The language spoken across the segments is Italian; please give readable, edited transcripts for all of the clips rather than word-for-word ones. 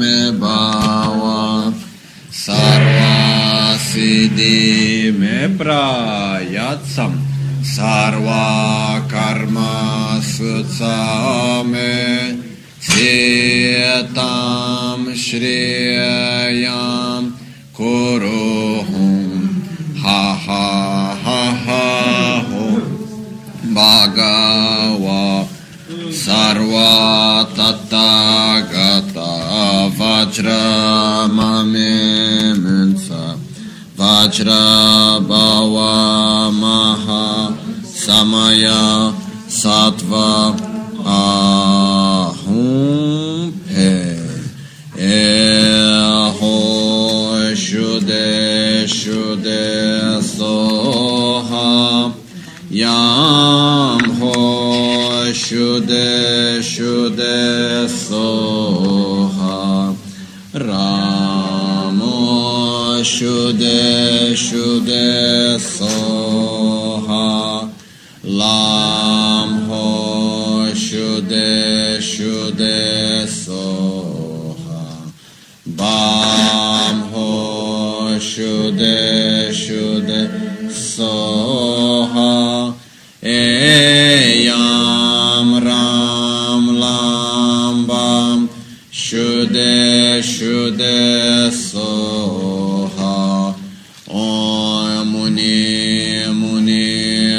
me bhava sarva siddhi me prayatsam sarva karma sutsa me sitam shriyam kuruhum ha ha ha ha hum bhagava sarva tattagata vajra mame munsa vajra bhava maha samaya sattva ahum pe eho shude shude soha yam ho shude shude soha ramo shude shude soha lam ho shude shude soha bam ho shude shude soha eyam ram lam bam shude shude soha om muni muni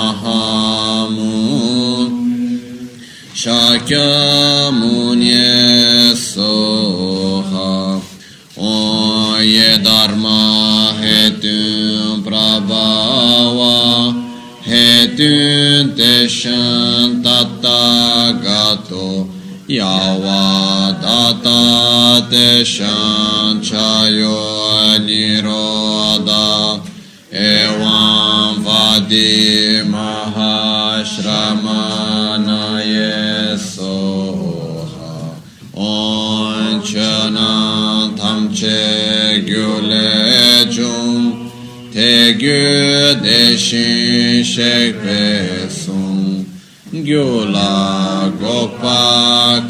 mahamun shakya muni soha om ye dharma hetu prabhava hetun teshan tattagato yava data teshan chayo niroda evam vadi mahashramana yesoha onchana tamche gyulechum te gyu deshin shekpesum gyula gopa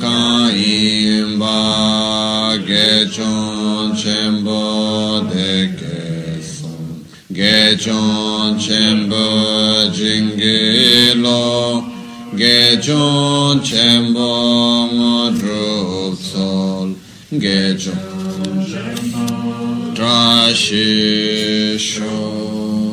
kaimba gechon chembo dekesum gechon chembo jingilo gechon chembo modrupsol gechon drashisho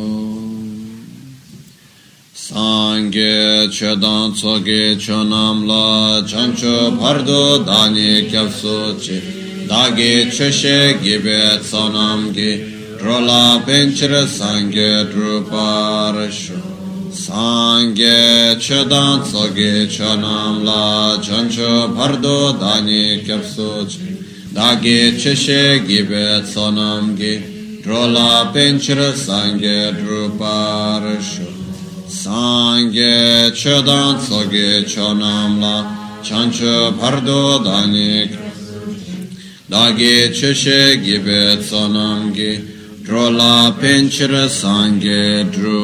Sangye chedan tsoge chonam la chancho pardo dani kyapso chi dagi cheshe gibe tsonam gi rola benchira sangye druparasho Sangye chedan tsoge chonam la chancho pardo dani kyapso chi dagi cheshe gibe tsonam gi rola benchira sangye druparasho Sangye chedan tsoge chonam la chancho pardo danik dagi cheshe gibe tsonam gi drola penchira sangye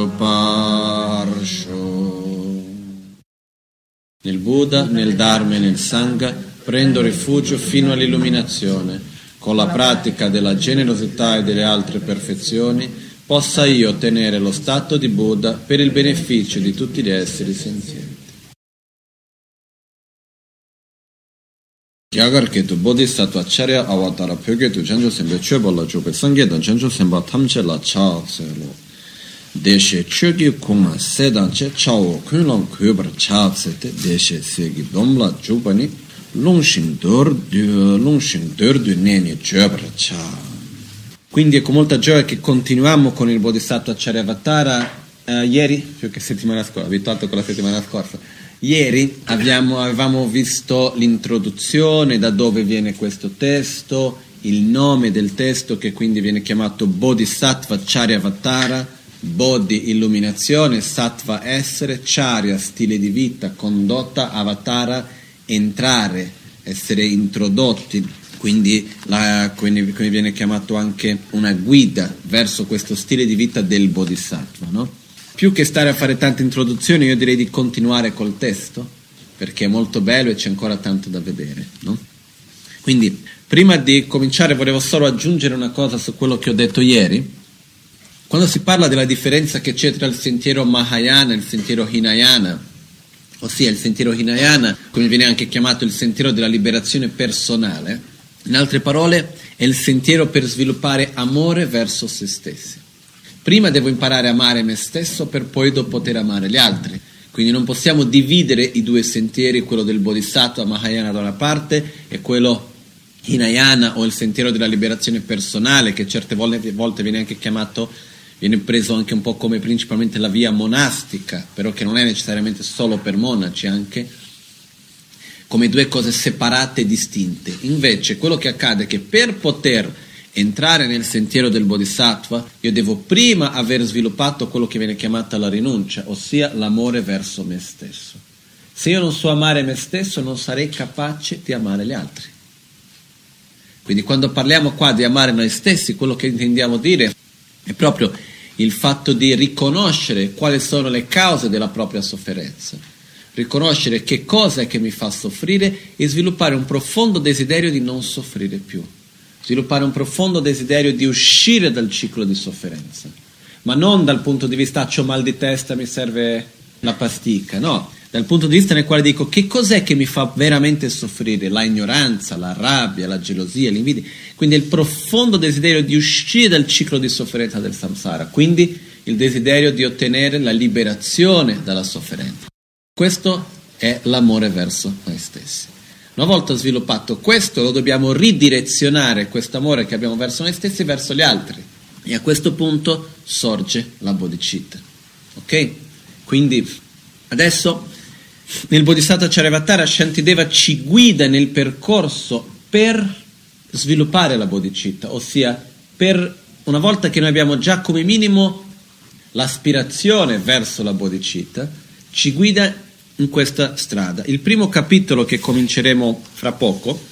druparsho. Nel Buddha, nel Dharma e nel Sangha prendo rifugio fino all'illuminazione. Con la pratica della generosità e delle altre perfezioni possa io ottenere lo stato di Buddha per il beneficio di tutti gli esseri senzienti. Kyagar ketu bodhisattva acharya avatara pyoge tu chancho sembe chobola chobe sangye dan chancho semba tamche la cha selo. Deshe chogi kuma sedanche chao kunlam kubar cha sete deshe segi domla chupani lungshin dordu neni chobra cha. Quindi è con molta gioia che continuiamo con il Bodhisattva Acharyavatara. Ieri, più che settimana scorsa, abituato con la settimana scorsa, ieri avevamo visto l'introduzione, da dove viene questo testo, il nome del testo che quindi viene chiamato Bodhisattva Acharyavatara, Bodhi illuminazione, Sattva essere, Charya stile di vita, condotta, Avatara entrare, essere introdotti. Quindi viene chiamato anche una guida verso questo stile di vita del Bodhisattva, no? Più che stare a fare tante introduzioni, io direi di continuare col testo, perché è molto bello e c'è ancora tanto da vedere, no? Quindi, prima di cominciare volevo solo aggiungere una cosa su quello che ho detto ieri. Quando si parla della differenza che c'è tra il sentiero Mahayana e il sentiero Hinayana, ossia il sentiero Hinayana, come viene anche chiamato il sentiero della liberazione personale, in altre parole è il sentiero per sviluppare amore verso se stessi. Prima devo imparare a amare me stesso per poi poter amare gli altri. Quindi non possiamo dividere i due sentieri, quello del Bodhisattva Mahayana da una parte e quello Hinayana o il sentiero della liberazione personale, che certe volte viene anche chiamato, viene preso anche un po' come principalmente la via monastica, però che non è necessariamente solo per monaci, anche come due cose separate e distinte. Invece quello che accade è che per poter entrare nel sentiero del Bodhisattva io devo prima aver sviluppato quello che viene chiamata la rinuncia, ossia l'amore verso me stesso. Se io non so amare me stesso non sarei capace di amare gli altri. Quindi quando parliamo qua di amare noi stessi, quello che intendiamo dire è proprio il fatto di riconoscere quali sono le cause della propria sofferenza, riconoscere che cosa è che mi fa soffrire e sviluppare un profondo desiderio di non soffrire più, sviluppare un profondo desiderio di uscire dal ciclo di sofferenza, ma non dal punto di vista c'ho mal di testa, mi serve la pasticca, no, dal punto di vista nel quale dico che cos'è che mi fa veramente soffrire, la ignoranza, la rabbia, la gelosia, l'invidia, quindi il profondo desiderio di uscire dal ciclo di sofferenza del samsara, quindi il desiderio di ottenere la liberazione dalla sofferenza. Questo è l'amore verso noi stessi. Una volta sviluppato questo, lo dobbiamo ridirezionare, questo amore che abbiamo verso noi stessi, verso gli altri. E a questo punto sorge la bodhicitta. Ok? Quindi adesso nel Bodhisattva Charyavatara Shantideva ci guida nel percorso per sviluppare la bodhicitta, ossia per una volta che noi abbiamo già come minimo l'aspirazione verso la bodhicitta, ci guida in questa strada. Il primo capitolo che cominceremo fra poco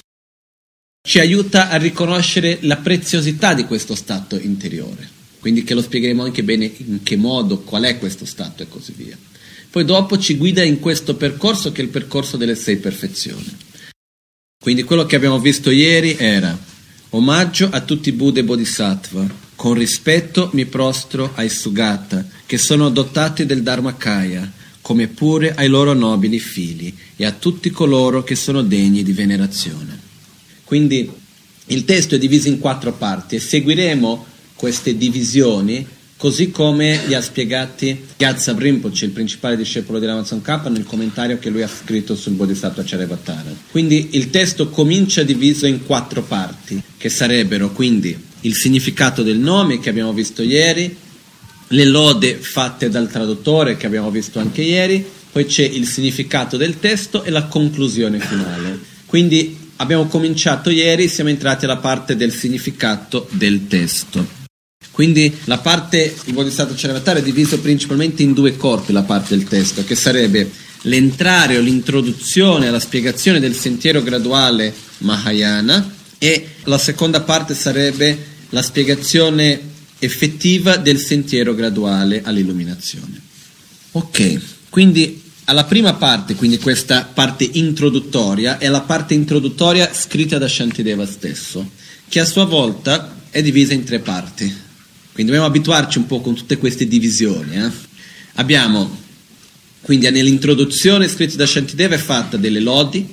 ci aiuta a riconoscere la preziosità di questo stato interiore, quindi che lo spiegheremo anche bene in che modo, qual è questo stato e così via. Poi dopo ci guida in questo percorso che è il percorso delle 6 perfezioni. Quindi quello che abbiamo visto ieri era omaggio a tutti i Buddha e Bodhisattva, con rispetto mi prostro ai Sugata, che sono dotati del Dharmakaya, come pure ai loro nobili figli e a tutti coloro che sono degni di venerazione. Quindi il testo è diviso in 4 parti e seguiremo queste divisioni così come li ha spiegati Gyatso Rinpoche, il principale discepolo di Lama Tsongkhapa, nel commentario che lui ha scritto sul Bodhisattva Charyavatara. Quindi il testo comincia diviso in 4 parti, che sarebbero quindi il significato del nome che abbiamo visto ieri, le lode fatte dal traduttore che abbiamo visto anche ieri, poi c'è il significato del testo e la conclusione finale. Quindi abbiamo cominciato ieri, siamo entrati alla parte del significato del testo. Quindi la parte, il Bodhisattva Charyavatara è diviso principalmente in 2 corpi, la parte del testo, che sarebbe l'entrare o l'introduzione alla spiegazione del sentiero graduale Mahayana, e la seconda parte sarebbe la spiegazione effettiva del sentiero graduale all'illuminazione. Ok, quindi alla prima parte, quindi questa parte introduttoria, è la parte introduttoria scritta da Shantideva stesso, che a sua volta è divisa in 3 parti. Quindi dobbiamo abituarci un po' con tutte queste divisioni. Abbiamo, quindi nell'introduzione scritta da Shantideva è fatta delle lodi,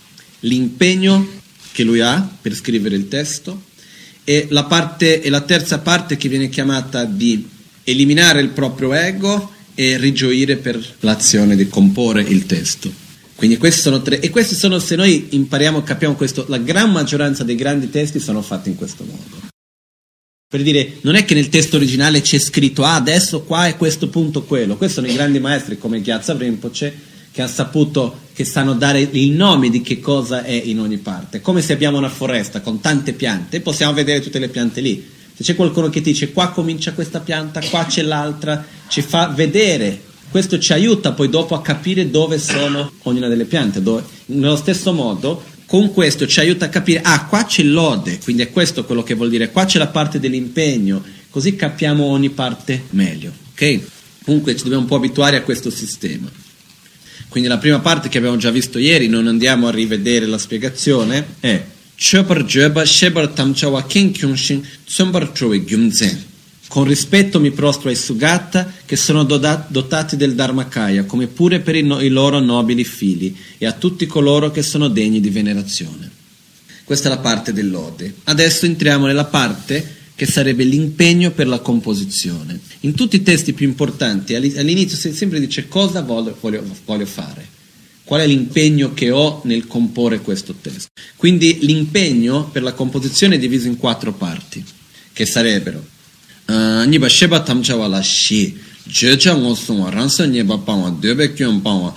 l'impegno che lui ha per scrivere il testo, e la terza parte che viene chiamata di eliminare il proprio ego e rigioire per l'azione di comporre il testo. Quindi questi sono 3, e questi sono, se noi impariamo, capiamo questo, la gran maggioranza dei grandi testi sono fatti in questo modo. Per dire, non è che nel testo originale c'è scritto adesso qua è questo punto quello. Questi sono i grandi maestri come Gyatso Rinpoche che hanno saputo, che sanno dare il nome di che cosa è in ogni parte. Come se abbiamo una foresta con tante piante, possiamo vedere tutte le piante lì. Se c'è qualcuno che ti dice qua comincia questa pianta, qua c'è l'altra, ci fa vedere. Questo ci aiuta poi dopo a capire dove sono ognuna delle piante. Nello stesso modo, con questo ci aiuta a capire, qua c'è l'ode, quindi è questo quello che vuol dire, qua c'è la parte dell'impegno, così capiamo ogni parte meglio, ok? Comunque ci dobbiamo un po' abituare a questo sistema. Quindi la prima parte che abbiamo già visto ieri, non andiamo a rivedere la spiegazione, è Chöpar Jöba, Shebar Tamchawa, Ken Kyunshin, Tsumbar Troe Gyumzen. Con rispetto mi prostro ai Sugata che sono dotati del Dharmakaya, come pure per i loro nobili figli, e a tutti coloro che sono degni di venerazione. Questa è la parte dell'Ode. Adesso entriamo nella parte che sarebbe l'impegno per la composizione. In tutti i testi più importanti, all'inizio si sempre dice cosa voglio fare, qual è l'impegno che ho nel comporre questo testo. Quindi l'impegno per la composizione è diviso in 4 parti, che sarebbero Niba Sheba Tamchawala Shi, Jecha Ngosungwa, Ransa Niba Pangwa, Debe Kyun Pangwa,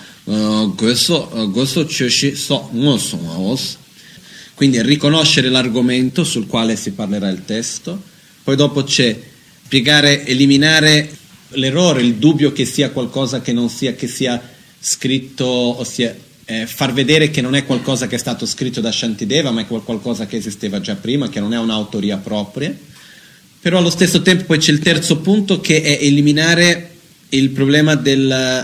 Goso Choshi So Ngosungwa Os. Quindi riconoscere l'argomento sul quale si parlerà il testo, poi dopo c'è spiegare, eliminare l'errore, il dubbio che sia qualcosa che non sia, che sia scritto, ossia far vedere che non è qualcosa che è stato scritto da Shantideva, ma è qualcosa che esisteva già prima, che non è un'autoria propria. Però allo stesso tempo poi c'è il terzo punto, che è eliminare il problema della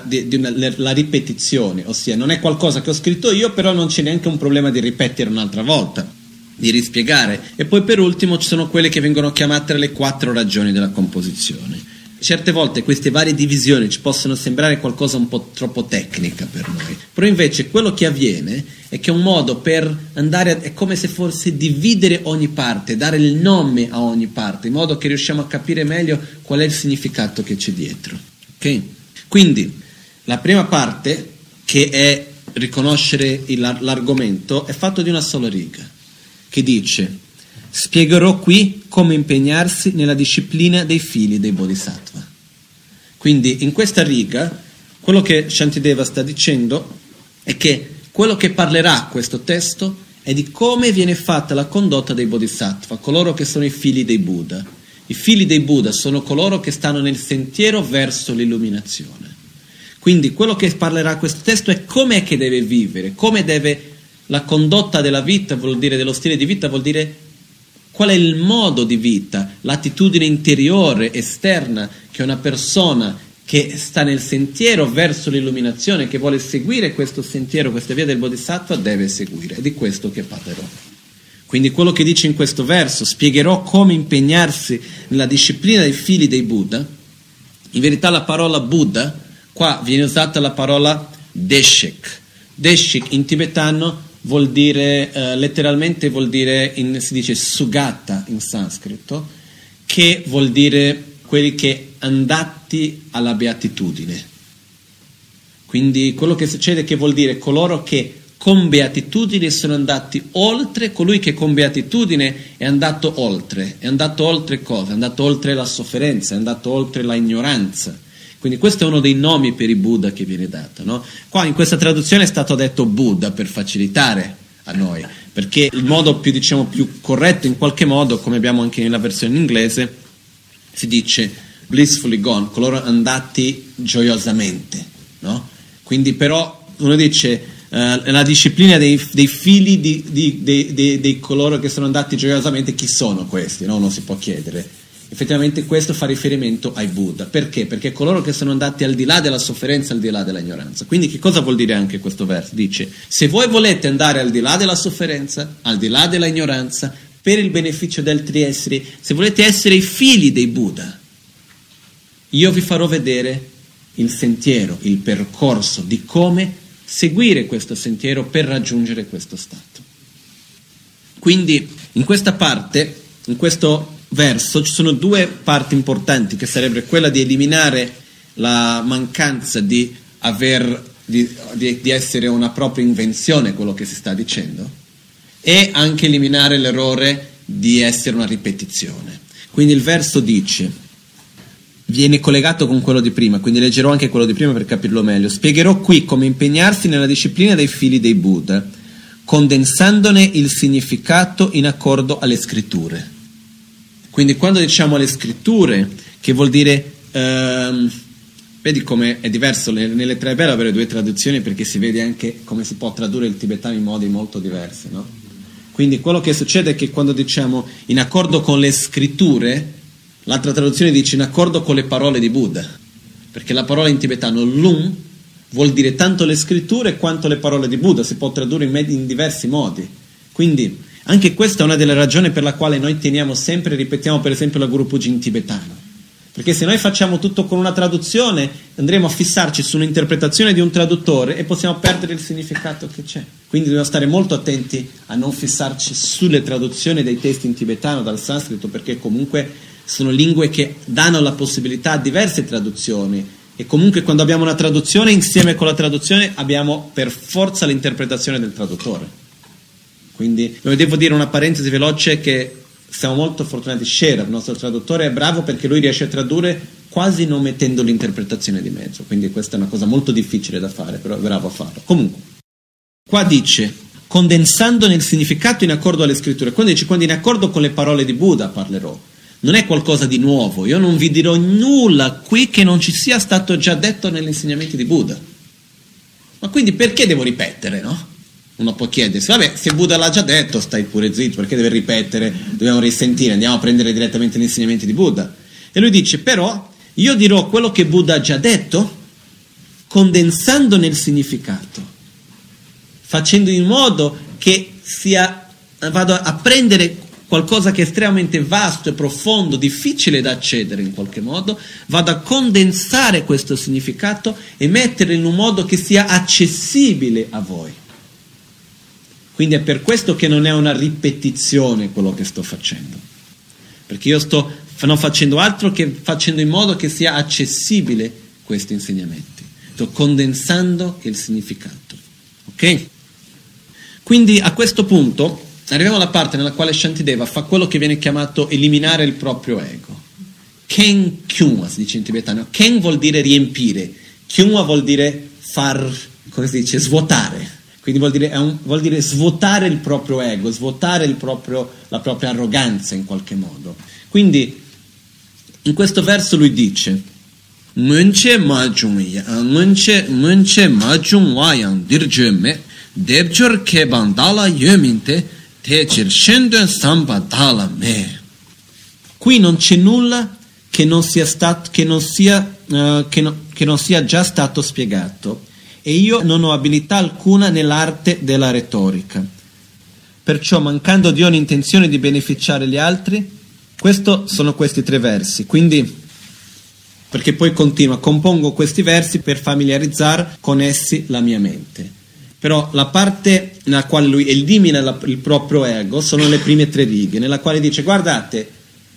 ripetizione, ossia non è qualcosa che ho scritto io, però non c'è neanche un problema di ripetere un'altra volta, di rispiegare. E poi per ultimo ci sono quelle che vengono chiamate le 4 ragioni della composizione. Certe volte queste varie divisioni ci possono sembrare qualcosa un po' troppo tecnica per noi, però invece quello che avviene è che è un modo per andare, è come se fosse dividere ogni parte, dare il nome a ogni parte, in modo che riusciamo a capire meglio qual è il significato che c'è dietro. Okay? Quindi la prima parte, che è riconoscere l'argomento, è fatto di una sola riga, che dice: spiegherò qui come impegnarsi nella disciplina dei figli dei Bodhisattva. Quindi in questa riga quello che Shantideva sta dicendo è che quello che parlerà questo testo è di come viene fatta la condotta dei Bodhisattva, coloro che sono i figli dei Buddha. I figli dei Buddha sono coloro che stanno nel sentiero verso l'illuminazione. Quindi quello che parlerà questo testo è come è che deve vivere, come deve la condotta della vita, vuol dire dello stile di vita, vuol dire qual è il modo di vita, l'attitudine interiore, esterna, che una persona che sta nel sentiero verso l'illuminazione, che vuole seguire questo sentiero, questa via del Bodhisattva, deve seguire. È di questo che parlerò. Quindi quello che dice in questo verso, spiegherò come impegnarsi nella disciplina dei figli dei Buddha. In verità la parola Buddha, qua viene usata la parola Deshik. Deshik in tibetano vuol dire, letteralmente vuol dire, si dice Sugata in sanscrito, che vuol dire quelli che andati alla beatitudine. Quindi quello che succede è che vuol dire coloro che con beatitudine sono andati oltre, colui che con beatitudine è andato oltre cosa? È andato oltre la sofferenza, è andato oltre la ignoranza. Quindi questo è uno dei nomi per i Buddha che viene dato, no? Qua in questa traduzione è stato detto Buddha per facilitare a noi, perché il modo più, diciamo, più corretto in qualche modo, come abbiamo anche nella versione in inglese, si dice blissfully gone, coloro andati gioiosamente, no? Quindi però uno dice la disciplina dei figli di coloro che sono andati gioiosamente, chi sono questi? No? Uno si può chiedere. Effettivamente questo fa riferimento ai Buddha. Perché? Perché coloro che sono andati al di là della sofferenza, al di là dell'ignoranza. Quindi che cosa vuol dire anche questo verso? Dice: se voi volete andare al di là della sofferenza, al di là dell'ignoranza, per il beneficio di altri esseri, se volete essere i figli dei Buddha, io vi farò vedere il sentiero, il percorso di come seguire questo sentiero per raggiungere questo stato. Quindi in questa parte, in questo verso, ci sono 2 parti importanti, che sarebbe quella di eliminare la mancanza di essere una propria invenzione quello che si sta dicendo, e anche eliminare l'errore di essere una ripetizione. Quindi il verso dice, viene collegato con quello di prima, quindi leggerò anche quello di prima per capirlo meglio: spiegherò qui come impegnarsi nella disciplina dei figli dei Buddha, condensandone il significato in accordo alle scritture. Quindi quando diciamo le scritture, che vuol dire, vedi come è diverso, nelle 3 è bello avere 2 traduzioni, perché si vede anche come si può tradurre il tibetano in modi molto diversi, no? Quindi quello che succede è che quando diciamo in accordo con le scritture, l'altra traduzione dice in accordo con le parole di Buddha, perché la parola in tibetano lung vuol dire tanto le scritture quanto le parole di Buddha, si può tradurre in diversi modi. Quindi Anche questa è una delle ragioni per la quale noi teniamo sempre, ripetiamo per esempio la Guru Puja in tibetano. Perché se noi facciamo tutto con una traduzione, andremo a fissarci su un'interpretazione di un traduttore e possiamo perdere il significato che c'è. Quindi dobbiamo stare molto attenti a non fissarci sulle traduzioni dei testi in tibetano dal sanscrito, perché comunque sono lingue che danno la possibilità a diverse traduzioni. E comunque quando abbiamo una traduzione, insieme con la traduzione abbiamo per forza l'interpretazione del traduttore. Quindi devo dire una parentesi veloce che siamo molto fortunati. Shera, il nostro traduttore, è bravo perché lui riesce a tradurre quasi non mettendo l'interpretazione di mezzo, quindi questa è una cosa molto difficile da fare, però è bravo a farlo. Comunque, qua dice, condensando nel significato in accordo alle scritture, quando dice quando in accordo con le parole di Buddha parlerò, non è qualcosa di nuovo, io non vi dirò nulla qui che non ci sia stato già detto negli insegnamenti di Buddha. Ma quindi perché devo ripetere, no? Uno può chiedersi, vabbè, se Buddha l'ha già detto, stai pure zitto, perché deve ripetere, dobbiamo risentire, andiamo a prendere direttamente gli insegnamenti di Buddha. E lui dice, però, io dirò quello che Buddha ha già detto, condensando nel significato, facendo in modo che vado a prendere qualcosa che è estremamente vasto e profondo, difficile da accedere in qualche modo, vado a condensare questo significato e metterlo in un modo che sia accessibile a voi. Quindi è per questo che non è una ripetizione quello che sto facendo, perché io non facendo altro che facendo in modo che sia accessibile questi insegnamenti, sto condensando il significato, ok? Quindi a questo punto arriviamo alla parte nella quale Shantideva fa quello che viene chiamato eliminare il proprio ego. Ken Kyunwa si dice in tibetano. Ken vuol dire riempire, Kyunwa vuol dire come si dice, svuotare. Quindi vuol dire svuotare il proprio ego, svuotare la propria arroganza in qualche modo. Quindi in questo verso lui dice Munche majung wayang dirjeme debjor ke bandala yeminte techir shenden samba dala me. Qui non c'è nulla che non sia già stato spiegato. E io non ho abilità alcuna nell'arte della retorica. Perciò, mancando di ogni intenzione di beneficiare gli altri, sono questi 3 versi. Quindi, perché poi continua, compongo questi versi per familiarizzare con essi la mia mente. Però la parte nella quale lui elimina il proprio ego sono le prime 3 righe, nella quale dice, guardate,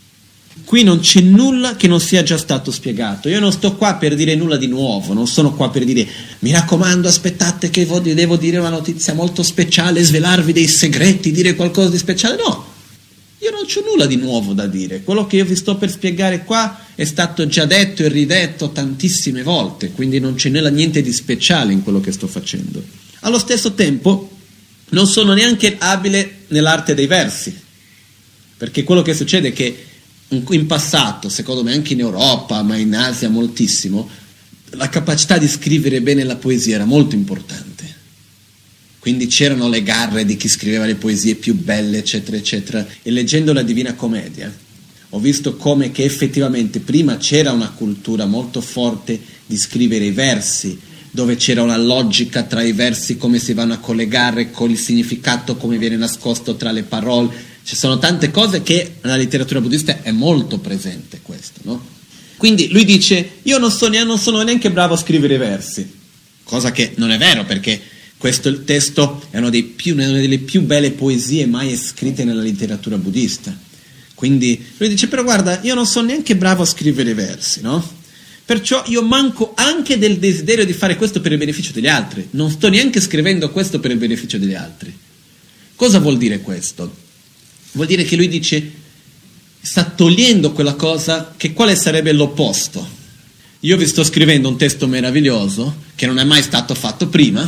qui non c'è nulla che non sia già stato spiegato. Io non sto qua per dire nulla di nuovo, non sono qua per dire mi raccomando, aspettate che devo dire una notizia molto speciale, svelarvi dei segreti, dire qualcosa di speciale. No, io non c'ho nulla di nuovo da dire. Quello che io vi sto per spiegare qua è stato già detto e ridetto tantissime volte, quindi non c'è niente di speciale in quello che sto facendo. Allo stesso tempo non sono neanche abile nell'arte dei versi, perché quello che succede è che in passato, secondo me anche in Europa, ma in Asia moltissimo, la capacità di scrivere bene la poesia era molto importante. Quindi c'erano le garre di chi scriveva le poesie più belle, eccetera, eccetera. E leggendo la Divina Commedia ho visto come che effettivamente prima c'era una cultura molto forte di scrivere i versi, dove c'era una logica tra i versi, come si vanno a collegare con il significato, come viene nascosto tra le parole. Ci sono tante cose che nella letteratura buddista è molto presente questo, no? Quindi lui dice, io non sono neanche bravo a scrivere versi, cosa che non è vero, perché questo testo è una delle più belle poesie mai scritte nella letteratura buddista. Quindi lui dice, però guarda, io non sono neanche bravo a scrivere versi, no? Perciò io manco anche del desiderio di fare questo per il beneficio degli altri, non sto neanche scrivendo questo per il beneficio degli altri. Cosa vuol dire questo? Vuol dire che lui dice, sta togliendo quella cosa, che quale sarebbe l'opposto. Io vi sto scrivendo un testo meraviglioso, che non è mai stato fatto prima,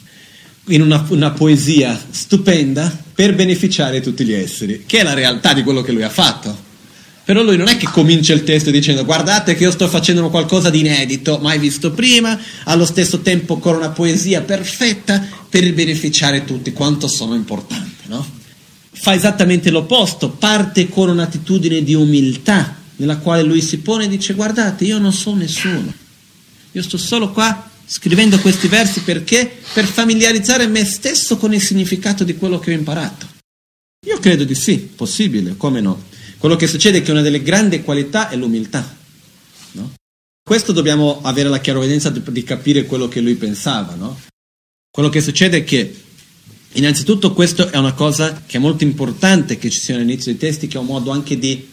in una poesia stupenda, per beneficiare tutti gli esseri, che è la realtà di quello che lui ha fatto. Però lui non è che comincia il testo dicendo, guardate che io sto facendo qualcosa di inedito, mai visto prima, allo stesso tempo con una poesia perfetta, per beneficiare tutti, quanto sono importante, no? Fa esattamente l'opposto, parte con un'attitudine di umiltà nella quale lui si pone e dice, guardate, io non sono nessuno, io sto solo qua scrivendo questi versi perché? Per familiarizzare me stesso con il significato di quello che ho imparato. Io credo di sì, possibile, come no? Quello che succede è che una delle grandi qualità è l'umiltà, no? Questo dobbiamo avere la chiaroveggenza di capire quello che lui pensava, no? Quello che succede è che, innanzitutto, questo è una cosa che è molto importante che ci sia all'inizio dei testi, che è un modo anche di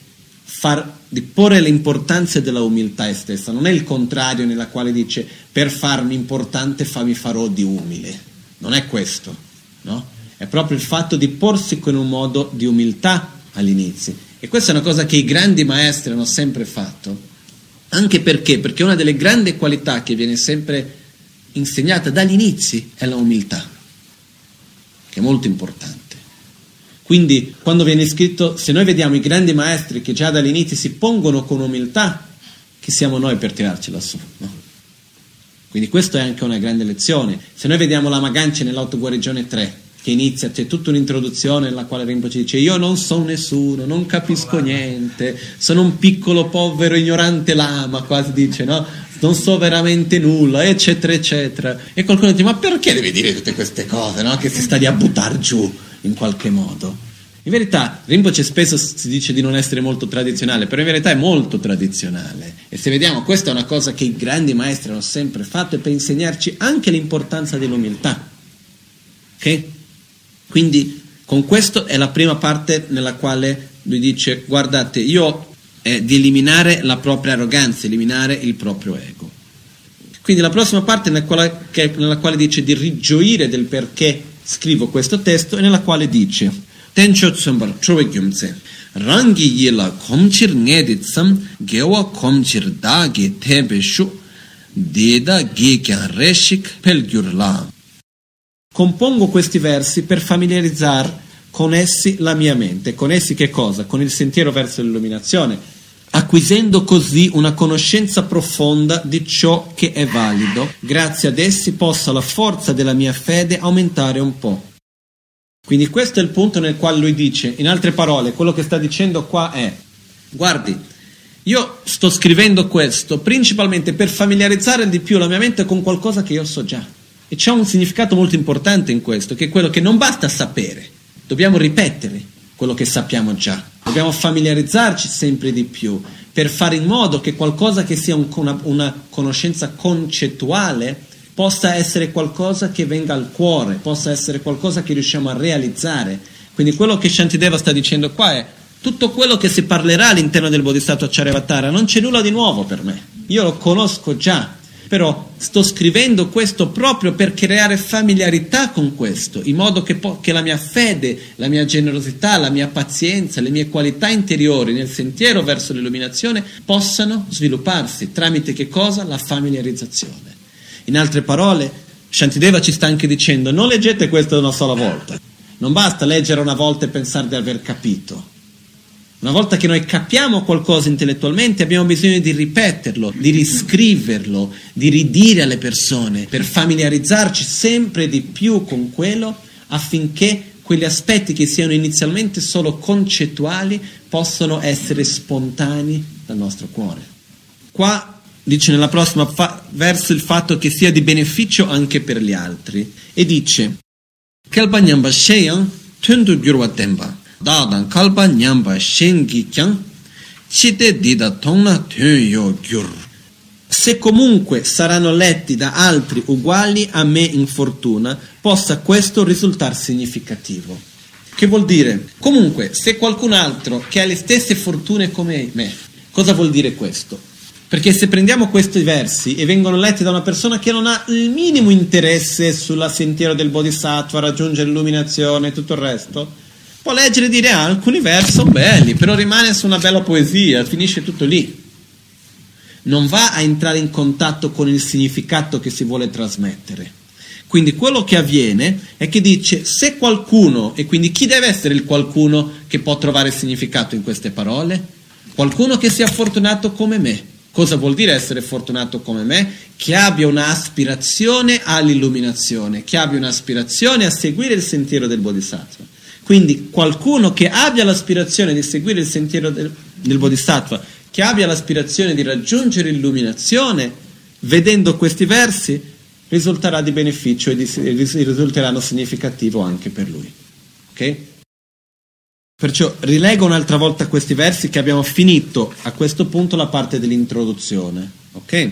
porre l'importanza della umiltà stessa. Non è il contrario, nella quale dice per farmi importante mi farò di umile. Non è questo, no? È proprio il fatto di porsi con un modo di umiltà all'inizio. E questa è una cosa che i grandi maestri hanno sempre fatto. Anche perché una delle grandi qualità che viene sempre insegnata dall'inizio è la umiltà, che è molto importante. Quindi quando viene scritto, se noi vediamo i grandi maestri che già dall'inizio si pongono con umiltà, chi siamo noi per tirarci lassù, no? Quindi questa è anche una grande lezione. Se noi vediamo la Magancia nell'Autoguarigione 3, che inizia, c'è tutta un'introduzione nella quale Rinpoche dice: io non sono nessuno, non capisco niente, sono un piccolo povero ignorante lama, quasi dice, no? Non so veramente nulla, eccetera eccetera. E qualcuno dice: ma perché devi dire tutte queste cose, no? Che si sta lì a buttare giù in qualche modo. In verità Rinpoche spesso si dice di non essere molto tradizionale, però in verità è molto tradizionale. E se vediamo, questa è una cosa che i grandi maestri hanno sempre fatto, è per insegnarci anche l'importanza dell'umiltà, ok? Quindi con questo è la prima parte nella quale lui dice: guardate, di eliminare la propria arroganza, eliminare il proprio ego. Quindi la prossima parte nella quale dice di rigioire del perché scrivo questo testo, è nella quale dice: Tencho tsumbar chowe gyumtse rangi yela komchir ngeditsam gewa komchir dagi tebe shu deda gekyan reshik pelgyurla. Compongo questi versi per familiarizzare con essi la mia mente. Con essi che cosa? Con il sentiero verso l'illuminazione, acquisendo così una conoscenza profonda di ciò che è valido. Grazie ad essi possa la forza della mia fede aumentare un po'. Quindi questo è il punto nel quale lui dice, in altre parole, quello che sta dicendo qua è: guardi, io sto scrivendo questo principalmente per familiarizzare di più la mia mente con qualcosa che io so già. E c'è un significato molto importante in questo, che è quello che non basta sapere, dobbiamo ripetere quello che sappiamo già, dobbiamo familiarizzarci sempre di più per fare in modo che qualcosa che sia una conoscenza concettuale possa essere qualcosa che venga al cuore, possa essere qualcosa che riusciamo a realizzare. Quindi quello che Shantideva sta dicendo qua è: tutto quello che si parlerà all'interno del Bodhisattva Charyavatara non c'è nulla di nuovo per me, io lo conosco già. Però sto scrivendo questo proprio per creare familiarità con questo, in modo che la mia fede, la mia generosità, la mia pazienza, le mie qualità interiori nel sentiero verso l'illuminazione possano svilupparsi. Tramite che cosa? La familiarizzazione. In altre parole, Shantideva ci sta anche dicendo: non leggete questo una sola volta. Non basta leggere una volta e pensare di aver capito. Una volta che noi capiamo qualcosa intellettualmente, abbiamo bisogno di ripeterlo, di riscriverlo, di ridire alle persone, per familiarizzarci sempre di più con quello, affinché quegli aspetti che siano inizialmente solo concettuali possano essere spontanei dal nostro cuore. Qua dice nella prossima verso il fatto che sia di beneficio anche per gli altri, e dice: Kalpa nyamba sheyan tundu gyurwa temba dadan kalpa nyamba shengi kyang chite dida tongna tun gyur. Se comunque saranno letti da altri uguali a me in fortuna, possa questo risultare significativo. Che vuol dire? Comunque, se qualcun altro che ha le stesse fortune come me, cosa vuol dire questo? Perché se prendiamo questi versi e vengono letti da una persona che non ha il minimo interesse sulla sentiero del Bodhisattva, raggiungere l'illuminazione e tutto il resto, può leggere e dire: alcuni versi sono belli, però rimane su una bella poesia, finisce tutto lì. Non va a entrare in contatto con il significato che si vuole trasmettere. Quindi quello che avviene è che dice: se qualcuno, e quindi chi deve essere il qualcuno che può trovare significato in queste parole? Qualcuno che sia fortunato come me. Cosa vuol dire essere fortunato come me? Che abbia un'aspirazione all'illuminazione, che abbia un'aspirazione a seguire il sentiero del Bodhisattva. Quindi qualcuno che abbia l'aspirazione di seguire il sentiero del Bodhisattva, che abbia l'aspirazione di raggiungere l'illuminazione, vedendo questi versi, risulterà di beneficio e risulteranno significativo anche per lui. Ok? Perciò rilego un'altra volta questi versi che abbiamo finito a questo punto la parte dell'introduzione, ok?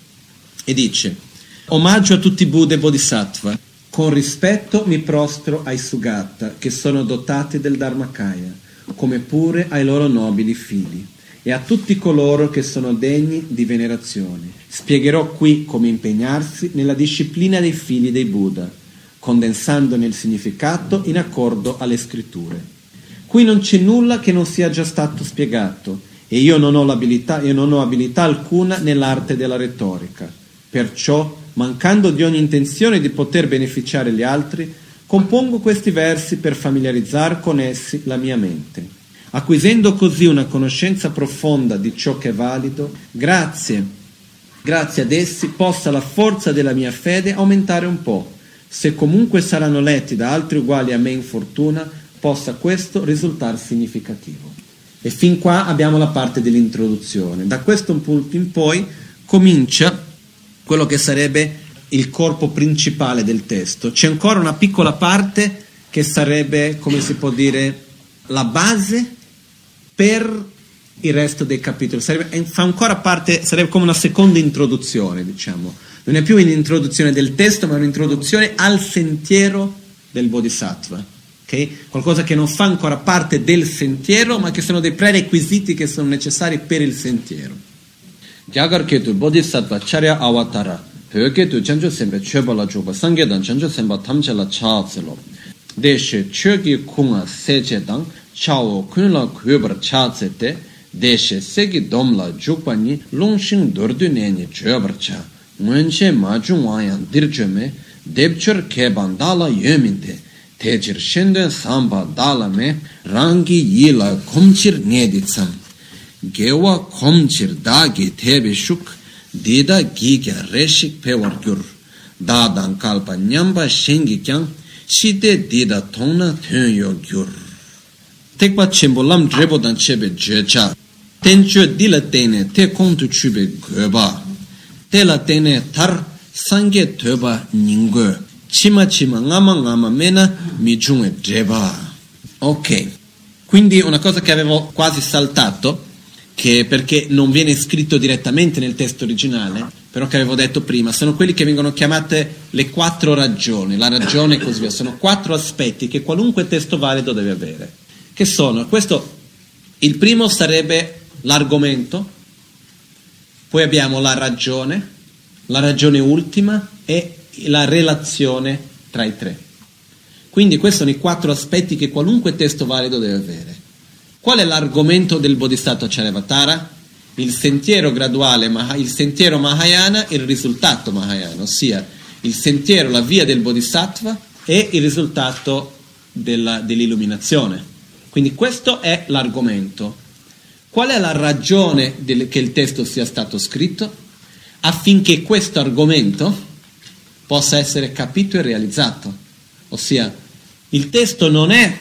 E dice: omaggio a tutti i Buddha e Bodhisattva, con rispetto mi prostro ai Sugata che sono dotati del Dharmakaya, come pure ai loro nobili figli, e a tutti coloro che sono degni di venerazione. Spiegherò qui come impegnarsi nella disciplina dei figli dei Buddha, condensandone il significato in accordo alle scritture. Qui non c'è nulla che non sia già stato spiegato, e io non ho abilità alcuna nell'arte della retorica. Perciò, mancando di ogni intenzione di poter beneficiare gli altri, compongo questi versi per familiarizzare con essi la mia mente. Acquisendo così una conoscenza profonda di ciò che è valido, grazie ad essi possa la forza della mia fede aumentare un po'. Se comunque saranno letti da altri uguali a me in fortuna, possa questo risultare significativo. E fin qua abbiamo la parte dell'introduzione. Da questo punto in poi comincia quello che sarebbe il corpo principale del testo. C'è ancora una piccola parte che sarebbe, come si può dire, la base per il resto dei capitoli. Fa ancora parte, sarebbe come una seconda introduzione, diciamo. Non è più un'introduzione del testo, ma un'introduzione al sentiero del Bodhisattva. Okay? Qualcosa che non fa ancora parte del sentiero, ma che sono dei prerequisiti che sono necessari per il sentiero. Gyagarketu Bodhisattva Charya Avatara Pyoketu Chancho Sembe Chöbala Choba Sangedan Chancho Semba Tamchala Chaatselo Deshe Chögi Kunga Sechedan Chao Kunla Kubar Chaatsete Deshe Segi Domla Jukpani Longshin Dorduneni Chöbarcha Mwenche Majungwayan Dirchome Debchur Keban Dala Yöminte Tejir Shenden Samba Dalame Rangi Yila Komchir Neditsam Gewa Komchir Dagi Tebe Shuk Dida Giga Reshik Pewargyur Dadan Kalpa Nyamba Shengi Kyang Shite Dida Tongna Tönyo Gyur Tekpa Chembolam Drebodan Chebe Jecha Tencho Dila Tene Te Kontu Chube Goba Tela Tene Tar Sange Toba Ningo Cima ngama mena mi giunge dreba. Ok, quindi una cosa che avevo quasi saltato, che perché non viene scritto direttamente nel testo originale, però che avevo detto prima, sono quelli che vengono chiamate le 4 ragioni, la ragione e così via. Sono 4 aspetti che qualunque testo valido deve avere. Che sono? Questo, il primo sarebbe l'argomento, poi abbiamo la ragione ultima e la relazione tra i 3. Quindi questi sono i 4 aspetti che qualunque testo valido deve avere. Qual è l'argomento del Bodhisattva Charyavatara? Il sentiero graduale, il sentiero Mahayana e il risultato Mahayana, ossia il sentiero, la via del Bodhisattva e il risultato dell'illuminazione. Quindi questo è l'argomento. Qual è la ragione che il testo sia stato scritto? Affinché questo argomento possa essere capito e realizzato. Ossia, il testo non è,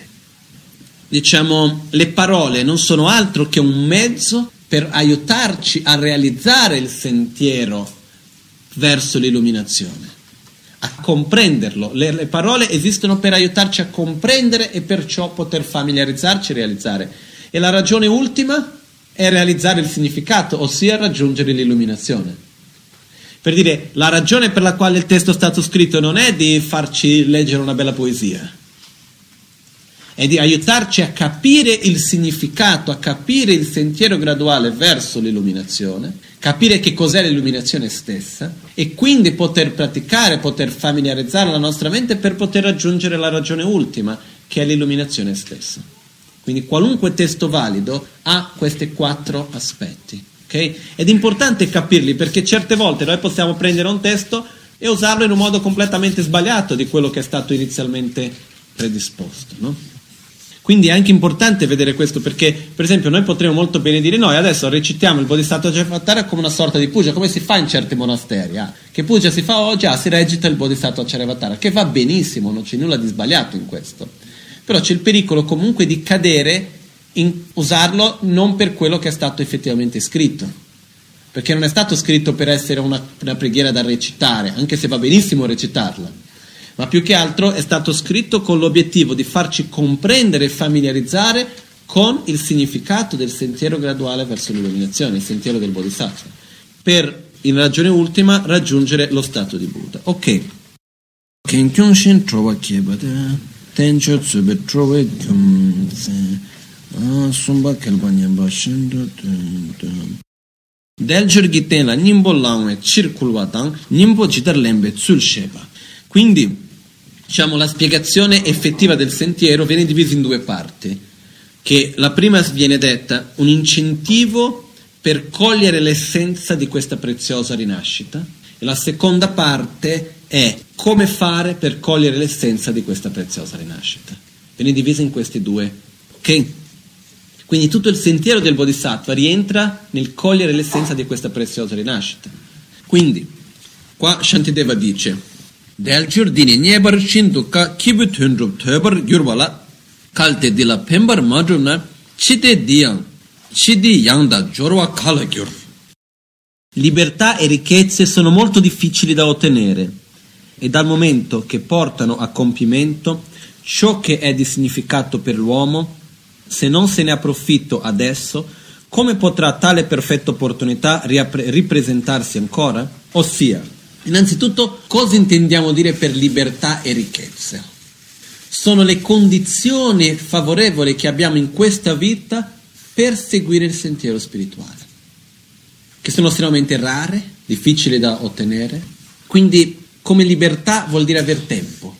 le parole non sono altro che un mezzo per aiutarci a realizzare il sentiero verso l'illuminazione, a comprenderlo. Le parole esistono per aiutarci a comprendere e perciò poter familiarizzarci e realizzare. E la ragione ultima è realizzare il significato, ossia raggiungere l'illuminazione. Per dire, la ragione per la quale il testo è stato scritto non è di farci leggere una bella poesia, è di aiutarci a capire il significato, a capire il sentiero graduale verso l'illuminazione, capire che cos'è l'illuminazione stessa e quindi poter praticare, poter familiarizzare la nostra mente per poter raggiungere la ragione ultima, che è l'illuminazione stessa. Quindi qualunque testo valido ha questi 4 aspetti. Okay? Ed è importante capirli, perché certe volte noi possiamo prendere un testo e usarlo in un modo completamente sbagliato di quello che è stato inizialmente predisposto, no? Quindi è anche importante vedere questo, perché per esempio noi potremmo molto bene dire: noi adesso recitiamo il Bodhisattva Charyavatara come una sorta di puja, come si fa in certi monasteri, che puja si fa oggi, si recita il Bodhisattva Charyavatara, che va benissimo, non c'è nulla di sbagliato in questo, però c'è il pericolo comunque di cadere in usarlo non per quello che è stato effettivamente scritto, perché non è stato scritto per essere una preghiera da recitare, anche se va benissimo recitarla, ma più che altro è stato scritto con l'obiettivo di farci comprendere e familiarizzare con il significato del sentiero graduale verso l'illuminazione, il sentiero del Bodhisattva, per, in ragione ultima, raggiungere lo stato di Buddha. Ok. Kenkyonshin trova chiebade, tencho tsube trove kyumse, sumba kelbanyamba shindo Delger gitena nimbo launge circulvatang, nimbo jitar lembe sul sheba. Quindi, diciamo, la spiegazione effettiva del sentiero viene divisa in due parti, che la prima viene detta un incentivo per cogliere l'essenza di questa preziosa rinascita, e la seconda parte è come fare per cogliere l'essenza di questa preziosa rinascita. Viene divisa in questi due, ok? Quindi tutto il sentiero del Bodhisattva rientra nel cogliere l'essenza di questa preziosa rinascita. Quindi, qua Shantideva dice: Del giordini niebar shinduka kibut hundrup töbar gyurbala kalte dila pembar madruna chide diang chidi yangda jorwa kala gyur. Libertà e ricchezze sono molto difficili da ottenere e dal momento che portano a compimento ciò che è di significato per l'uomo, se non se ne approfitto adesso, come potrà tale perfetta opportunità ripresentarsi ancora? Ossia, innanzitutto, cosa intendiamo dire per libertà e ricchezze? Sono le condizioni favorevoli che abbiamo in questa vita per seguire il sentiero spirituale, che sono estremamente rare, difficili da ottenere. Quindi, come libertà vuol dire aver tempo.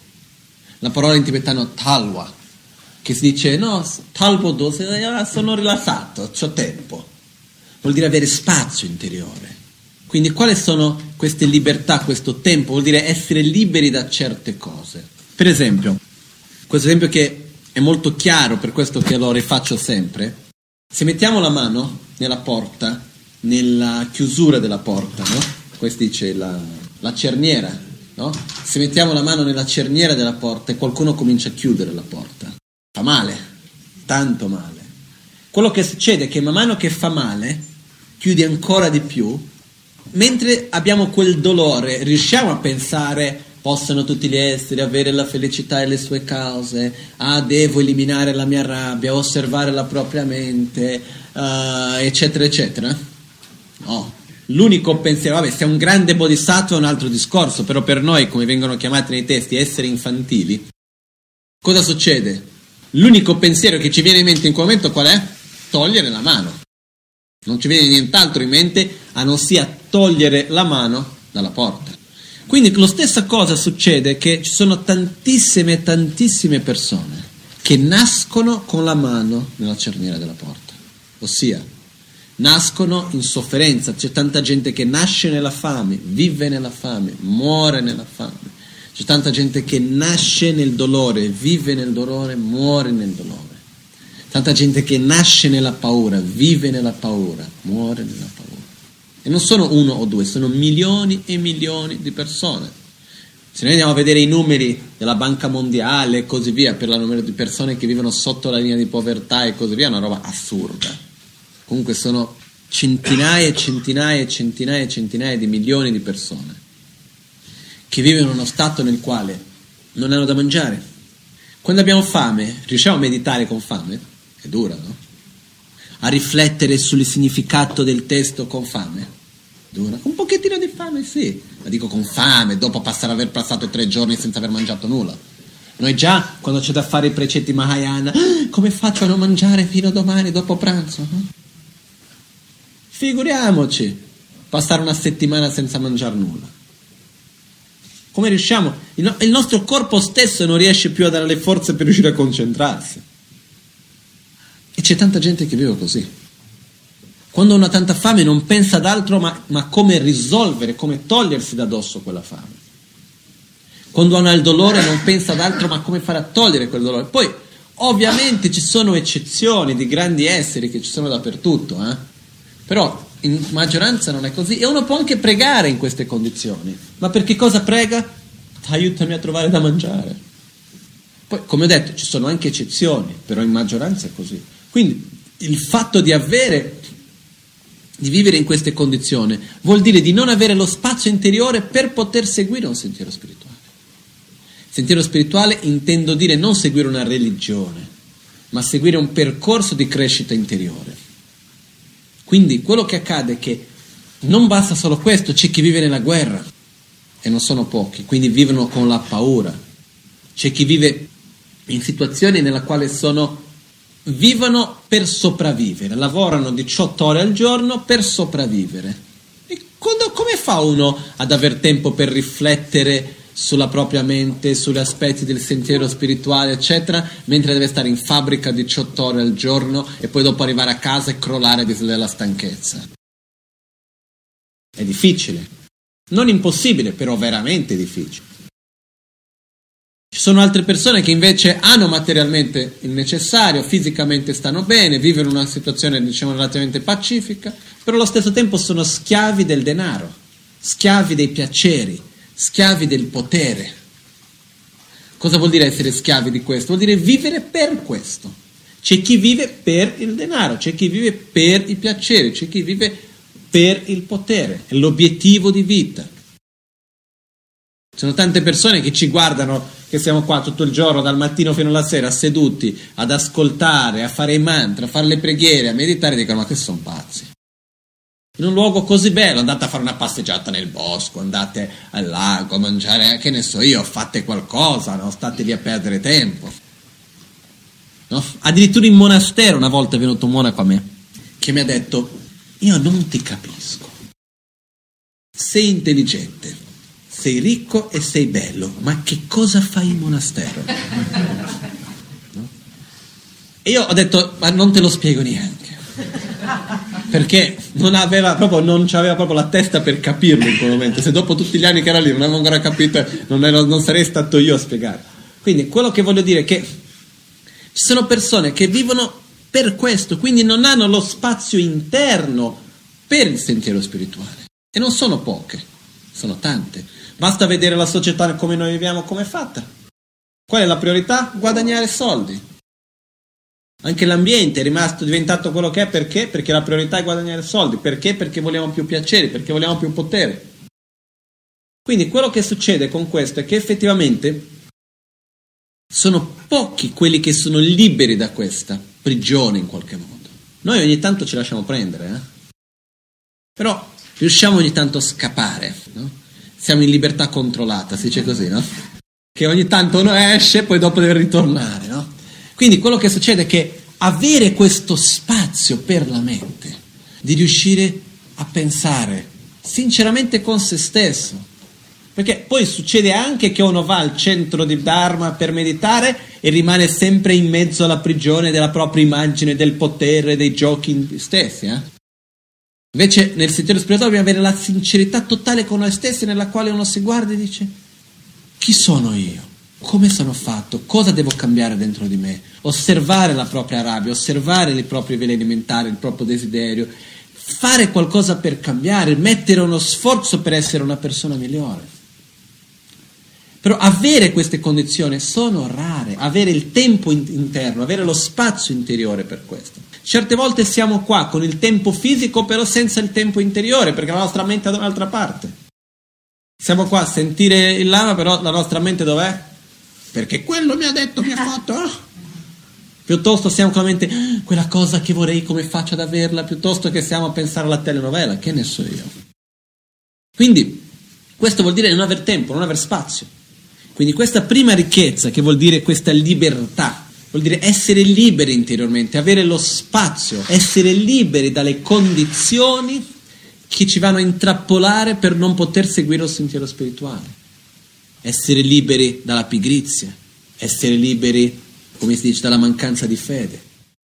La parola in tibetano talwa, che si dice, no, talpo dose, sono rilassato, c'ho tempo. Vuol dire avere spazio interiore. Quindi quali sono queste libertà, questo tempo? Vuol dire essere liberi da certe cose. Per esempio, questo esempio che è molto chiaro, per questo che lo rifaccio sempre, se mettiamo la mano nella porta, nella chiusura della porta, no? Questo dice la cerniera, no? Se mettiamo la mano nella cerniera della porta e qualcuno comincia a chiudere la porta, fa male, tanto male. Quello che succede è che man mano che fa male, chiudi ancora di più. Mentre abbiamo quel dolore, riusciamo a pensare, possano tutti gli esseri avere la felicità e le sue cause, devo eliminare la mia rabbia, osservare la propria mente, eccetera, eccetera. No, l'unico pensiero, vabbè, se è un grande bodhisattva è un altro discorso, però per noi, come vengono chiamati nei testi, esseri infantili, cosa succede? L'unico pensiero che ci viene in mente in quel momento qual è? Togliere la mano. Non ci viene nient'altro in mente a non sia togliere la mano dalla porta. Quindi la stessa cosa succede, che ci sono tantissime persone che nascono con la mano nella cerniera della porta, ossia nascono in sofferenza. C'è tanta gente che nasce nella fame, vive nella fame, muore nella fame. C'è tanta gente che nasce nel dolore, vive nel dolore, muore nel dolore. Tanta gente che nasce nella paura, vive nella paura, muore nella paura. E non sono uno o due, sono milioni e milioni di persone. Se noi andiamo a vedere i numeri della Banca Mondiale e così via, per il numero di persone che vivono sotto la linea di povertà e così via, è una roba assurda. Comunque sono centinaia e centinaia e centinaia e centinaia di milioni di persone che vivono in uno stato nel quale non hanno da mangiare. Quando abbiamo fame, riusciamo a meditare con fame? È dura, no? A riflettere sul significato del testo con fame? Dura. Con un pochettino di fame, sì. Ma dico con fame, dopo aver passato 3 giorni senza aver mangiato nulla. Noi già, quando c'è da fare i precetti Mahayana, come faccio a non mangiare fino a domani, dopo pranzo? Figuriamoci, passare una settimana senza mangiare nulla. Come riusciamo? Il nostro corpo stesso non riesce più a dare le forze per riuscire a concentrarsi. E c'è tanta gente che vive così. Quando uno ha tanta fame non pensa ad altro ma come risolvere, come togliersi da dosso quella fame. Quando uno ha il dolore non pensa ad altro ma come fare a togliere quel dolore. Poi ovviamente ci sono eccezioni di grandi esseri che ci sono dappertutto, però in maggioranza non è così, e uno può anche pregare in queste condizioni. Ma per che cosa prega? Aiutami a trovare da mangiare. Poi, come ho detto, ci sono anche eccezioni, però in maggioranza è così. Quindi il fatto di vivere in queste condizioni vuol dire di non avere lo spazio interiore per poter seguire un sentiero spirituale. Sentiero spirituale intendo dire non seguire una religione, ma seguire un percorso di crescita interiore. Quindi quello che accade è che non basta solo questo, c'è chi vive nella guerra, e non sono pochi, quindi vivono con la paura. C'è chi vive in situazioni nella quale vivono per sopravvivere, lavorano 18 ore al giorno per sopravvivere. E come fa uno ad aver tempo per riflettere sulla propria mente, sugli aspetti del sentiero spirituale, eccetera, mentre deve stare in fabbrica 18 ore al giorno e poi dopo arrivare a casa e crollare della stanchezza? È difficile. Non impossibile, però veramente difficile. Ci sono altre persone che invece hanno materialmente il necessario, fisicamente stanno bene, vivono in una situazione, diciamo, relativamente pacifica, però allo stesso tempo sono schiavi del denaro, schiavi dei piaceri, schiavi del potere. Cosa vuol dire essere schiavi di questo? Vuol dire vivere per questo. C'è chi vive per il denaro, c'è chi vive per i piaceri, c'è chi vive per il potere, è l'obiettivo di vita. Ci sono tante persone che ci guardano, che siamo qua tutto il giorno, dal mattino fino alla sera, seduti ad ascoltare, a fare i mantra, a fare le preghiere, a meditare, e dicono: ma che sono pazzi? In un luogo così bello, andate a fare una passeggiata nel bosco, andate al lago a mangiare, che ne so io, fate qualcosa, no? State lì a perdere tempo. No? Addirittura in monastero una volta è venuto un monaco a me che mi ha detto: io non ti capisco, sei intelligente, sei ricco e sei bello, ma che cosa fai in monastero? No? E io ho detto: ma non te lo spiego neanche, perché non c'aveva proprio la testa per capirlo in quel momento. Se dopo tutti gli anni che era lì non avevo ancora capito, non sarei stato io a spiegare. Quindi quello che voglio dire è che ci sono persone che vivono per questo, quindi non hanno lo spazio interno per il sentiero spirituale, e non sono poche, sono tante. Basta vedere la società come noi viviamo, come è fatta. Qual è la priorità? Guadagnare soldi. Anche l'ambiente è diventato quello che è, perché? Perché la priorità è guadagnare soldi. Perché? Perché vogliamo più piaceri, perché vogliamo più potere. Quindi quello che succede con questo è che effettivamente sono pochi quelli che sono liberi da questa prigione in qualche modo. Noi ogni tanto ci lasciamo prendere, però riusciamo ogni tanto a scappare, no? Siamo in libertà controllata, si dice così, no? Che ogni tanto uno esce, poi dopo deve ritornare, no? Quindi quello che succede è che avere questo spazio per la mente, di riuscire a pensare sinceramente con se stesso, perché poi succede anche che uno va al centro di Dharma per meditare e rimane sempre in mezzo alla prigione della propria immagine, del potere, dei giochi stessi, Invece nel sentiero spirituale dobbiamo avere la sincerità totale con noi stessi, nella quale uno si guarda e dice: chi sono io? Come sono fatto? Cosa devo cambiare dentro di me? Osservare la propria rabbia, osservare i propri veleni mentali, il proprio desiderio, fare qualcosa per cambiare, mettere uno sforzo per essere una persona migliore. Però avere queste condizioni sono rare, avere il tempo interno, avere lo spazio interiore per questo. Certe volte siamo qua con il tempo fisico, però senza il tempo interiore, perché la nostra mente è da un'altra parte. Siamo qua a sentire il Lama, però la nostra mente dov'è? Perché quello mi ha detto, mi ha fatto. Piuttosto siamo con la mente: quella cosa che vorrei, come faccio ad averla? Piuttosto che siamo a pensare alla telenovela, che ne so io. Quindi questo vuol dire non aver tempo, non aver spazio. Quindi questa prima ricchezza, che vuol dire questa libertà, vuol dire essere liberi interiormente, avere lo spazio, essere liberi dalle condizioni che ci vanno a intrappolare per non poter seguire il sentiero spirituale. Essere liberi dalla pigrizia, essere liberi, come si dice, dalla mancanza di fede.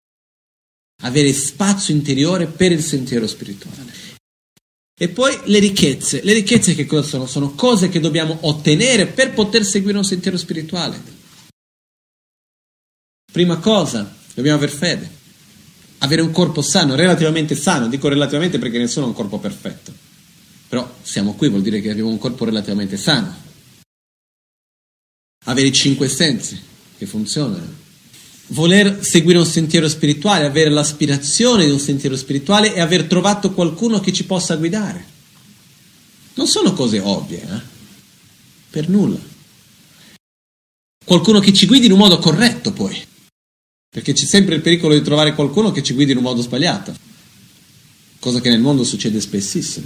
Avere spazio interiore per il sentiero spirituale. E poi le ricchezze che cosa sono? Sono cose che dobbiamo ottenere per poter seguire un sentiero spirituale. Prima cosa, dobbiamo avere fede, avere un corpo sano, relativamente sano. Dico relativamente perché nessuno ha un corpo perfetto, però siamo qui, vuol dire che abbiamo un corpo relativamente sano. Avere i 5 sensi che funzionano, voler seguire un sentiero spirituale, avere l'aspirazione di un sentiero spirituale e aver trovato qualcuno che ci possa guidare. Non sono cose ovvie, per nulla. qualcuno che ci guidi in un modo corretto poi, perché c'è sempre il pericolo di trovare qualcuno che ci guidi in un modo sbagliato, cosa che nel mondo succede spessissimo.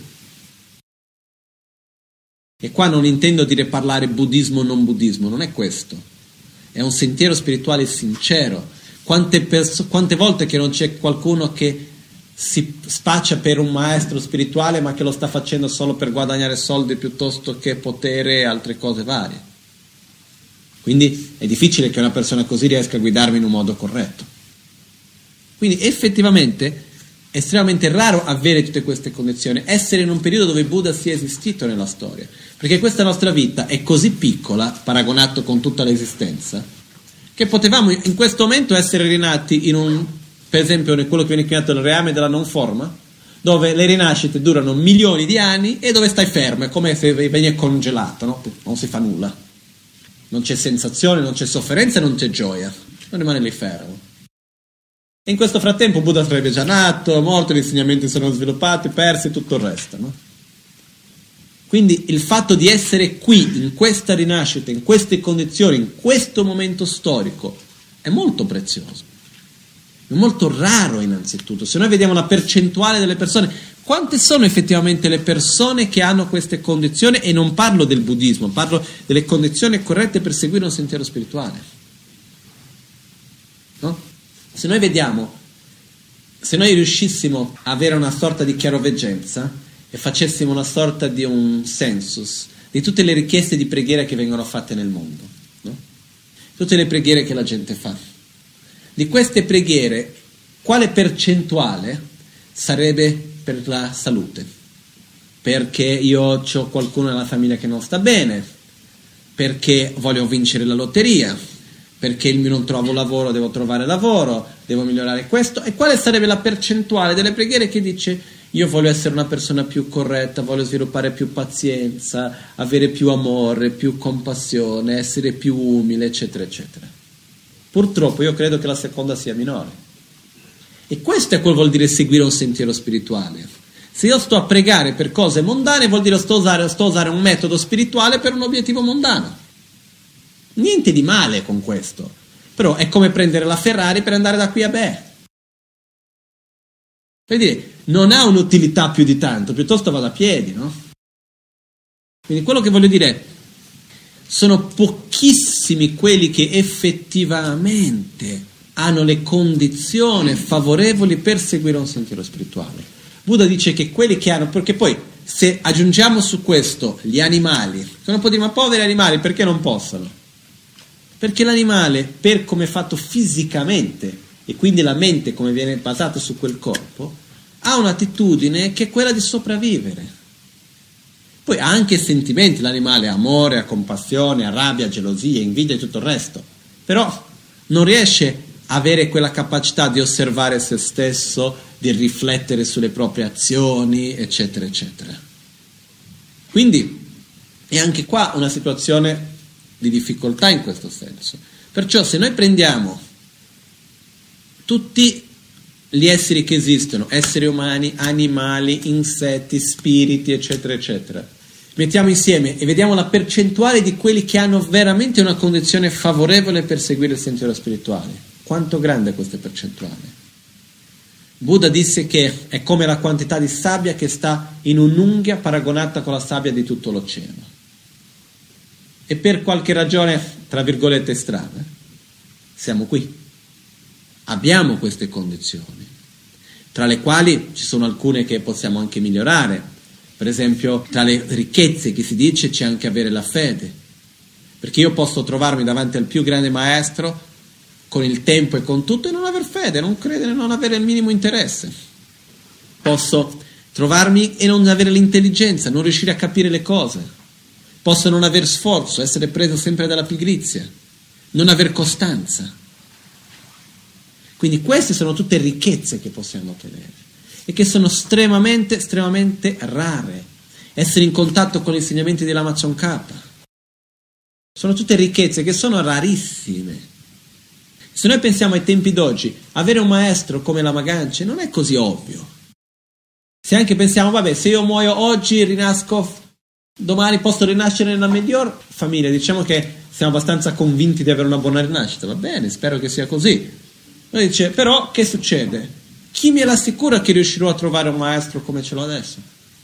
E qua non intendo dire parlare buddismo o non buddismo, non è questo, è un sentiero spirituale sincero. Quante volte che non c'è qualcuno che si spaccia per un maestro spirituale ma che lo sta facendo solo per guadagnare soldi piuttosto che potere e altre cose varie. Quindi è difficile che una persona così riesca a guidarmi in un modo corretto. Quindi effettivamente è estremamente raro avere tutte queste condizioni, essere in un periodo dove Buddha sia esistito nella storia, perché questa nostra vita è così piccola paragonato con tutta l'esistenza che potevamo in questo momento essere rinati in un, per esempio, quello che viene chiamato il reame della non forma, dove le rinascite durano milioni di anni e dove stai fermo, è come se vieni congelato, no? Non si fa nulla, non c'è sensazione, non c'è sofferenza, non c'è gioia, non rimane lì fermo. E in questo frattempo Buddha sarebbe già nato, morto, gli insegnamenti sono sviluppati, persi, tutto il resto, no? Quindi il fatto di essere qui, in questa rinascita, in queste condizioni, in questo momento storico, è molto prezioso. È molto raro innanzitutto. Se noi vediamo la percentuale delle persone, quante sono effettivamente le persone che hanno queste condizioni, e non parlo del buddismo, parlo delle condizioni corrette per seguire un sentiero spirituale. No? Se noi vediamo, se noi riuscissimo a avere una sorta di chiaroveggenza e facessimo una sorta di un census di tutte le richieste di preghiera che vengono fatte nel mondo, no? Tutte le preghiere che la gente fa, di queste preghiere quale percentuale sarebbe per la salute? Perché io ho qualcuno nella famiglia che non sta bene, perché voglio vincere la lotteria, perché non trovo lavoro, devo trovare lavoro, devo migliorare questo, e quale sarebbe la percentuale delle preghiere che dice io voglio essere una persona più corretta, voglio sviluppare più pazienza, avere più amore, più compassione, essere più umile, eccetera, eccetera. Purtroppo io credo che la seconda sia minore. E questo è quel vuol dire seguire un sentiero spirituale. Se io sto a pregare per cose mondane, vuol dire sto a usare un metodo spirituale per un obiettivo mondano. Niente di male con questo, però è come prendere la Ferrari per andare da qui a Be. Per dire, non ha un'utilità più di tanto, piuttosto vado a piedi, no? Quindi quello che voglio dire è, sono pochissimi quelli che effettivamente hanno le condizioni favorevoli per seguire un sentiero spirituale. Buddha dice che quelli che hanno, perché poi se aggiungiamo su questo gli animali, uno può dire ma poveri animali perché non possono? Perché l'animale, per come è fatto fisicamente, e quindi la mente come viene basata su quel corpo, ha un'attitudine che è quella di sopravvivere. Poi ha anche sentimenti, l'animale ha amore, ha compassione, ha rabbia, gelosia, invidia e tutto il resto, però non riesce a avere quella capacità di osservare se stesso, di riflettere sulle proprie azioni, eccetera, eccetera. Quindi è anche qua una situazione di difficoltà in questo senso. Perciò se noi prendiamo tutti gli esseri che esistono, esseri umani, animali, insetti, spiriti, eccetera, eccetera, mettiamo insieme e vediamo la percentuale di quelli che hanno veramente una condizione favorevole per seguire il sentiero spirituale. Quanto grande è questa percentuale? Buddha disse che è come la quantità di sabbia che sta in un'unghia paragonata con la sabbia di tutto l'oceano. E per qualche ragione, tra virgolette, strana, siamo qui. Abbiamo queste condizioni, tra le quali ci sono alcune che possiamo anche migliorare. Per esempio, tra le ricchezze che si dice c'è anche avere la fede, perché io posso trovarmi davanti al più grande maestro con il tempo e con tutto e non aver fede, non credere, non avere il minimo interesse. Posso trovarmi e non avere l'intelligenza, non riuscire a capire le cose. Posso non aver sforzo, essere preso sempre dalla pigrizia, non aver costanza. Quindi queste sono tutte ricchezze che possiamo ottenere e che sono estremamente, estremamente rare. Essere in contatto con gli insegnamenti di Lama Tsongkhapa sono tutte ricchezze che sono rarissime. Se noi pensiamo ai tempi d'oggi, avere un maestro come Lama Ganche non è così ovvio. Se anche pensiamo, vabbè, se io muoio oggi, rinasco domani, posso rinascere nella miglior famiglia, diciamo che siamo abbastanza convinti di avere una buona rinascita, va bene, spero che sia così. Lui dice, però che succede? Chi me l'assicura che riuscirò a trovare un maestro come ce l'ho adesso?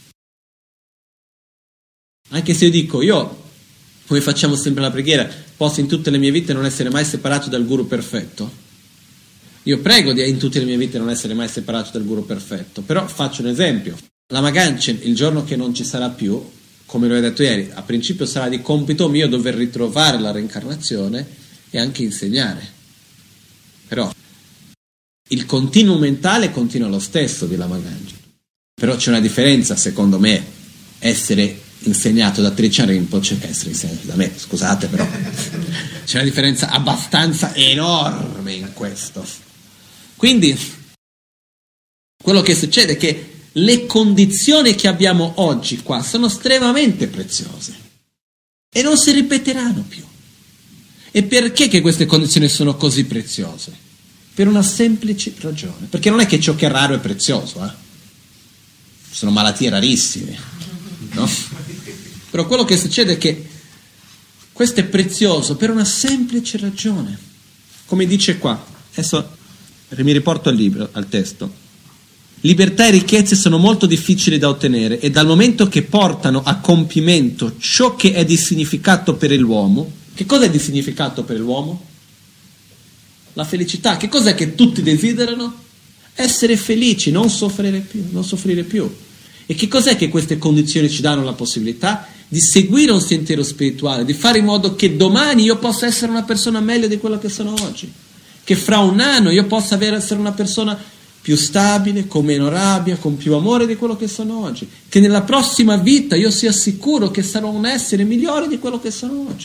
Anche se io dico, io, come facciamo sempre la preghiera, posso in tutte le mie vite non essere mai separato dal guru perfetto. Io prego di in tutte le mie vite non essere mai separato dal guru perfetto, però faccio un esempio. La Maganchen, il giorno che non ci sarà più, come l'ho detto ieri, a principio sarà di compito mio dover ritrovare la reincarnazione e anche insegnare. Però il continuum mentale continua lo stesso di Lama Ganchen. Però c'è una differenza, secondo me, essere insegnato da Trichan Rinpoche che essere insegnato da me, scusate, però c'è una differenza abbastanza enorme in questo. Quindi quello che succede è che le condizioni che abbiamo oggi qua sono estremamente preziose e non si ripeteranno più. E perché che queste condizioni sono così preziose? Per una semplice ragione, perché non è che ciò che è raro è prezioso, sono malattie rarissime, no? Però quello che succede è che questo è prezioso per una semplice ragione, come dice qua. Adesso mi riporto al libro, al testo. Libertà e ricchezze sono molto difficili da ottenere e dal momento che portano a compimento ciò che è di significato per l'uomo. Che cosa è di significato per l'uomo? La felicità. Che cos'è che tutti desiderano? Essere felici, non soffrire più. E che cos'è che queste condizioni ci danno la possibilità? Di seguire un sentiero spirituale, di fare in modo che domani io possa essere una persona meglio di quella che sono oggi, che fra un anno io possa essere una persona più stabile, con meno rabbia, con più amore di quello che sono oggi, che nella prossima vita io sia sicuro che sarò un essere migliore di quello che sono oggi,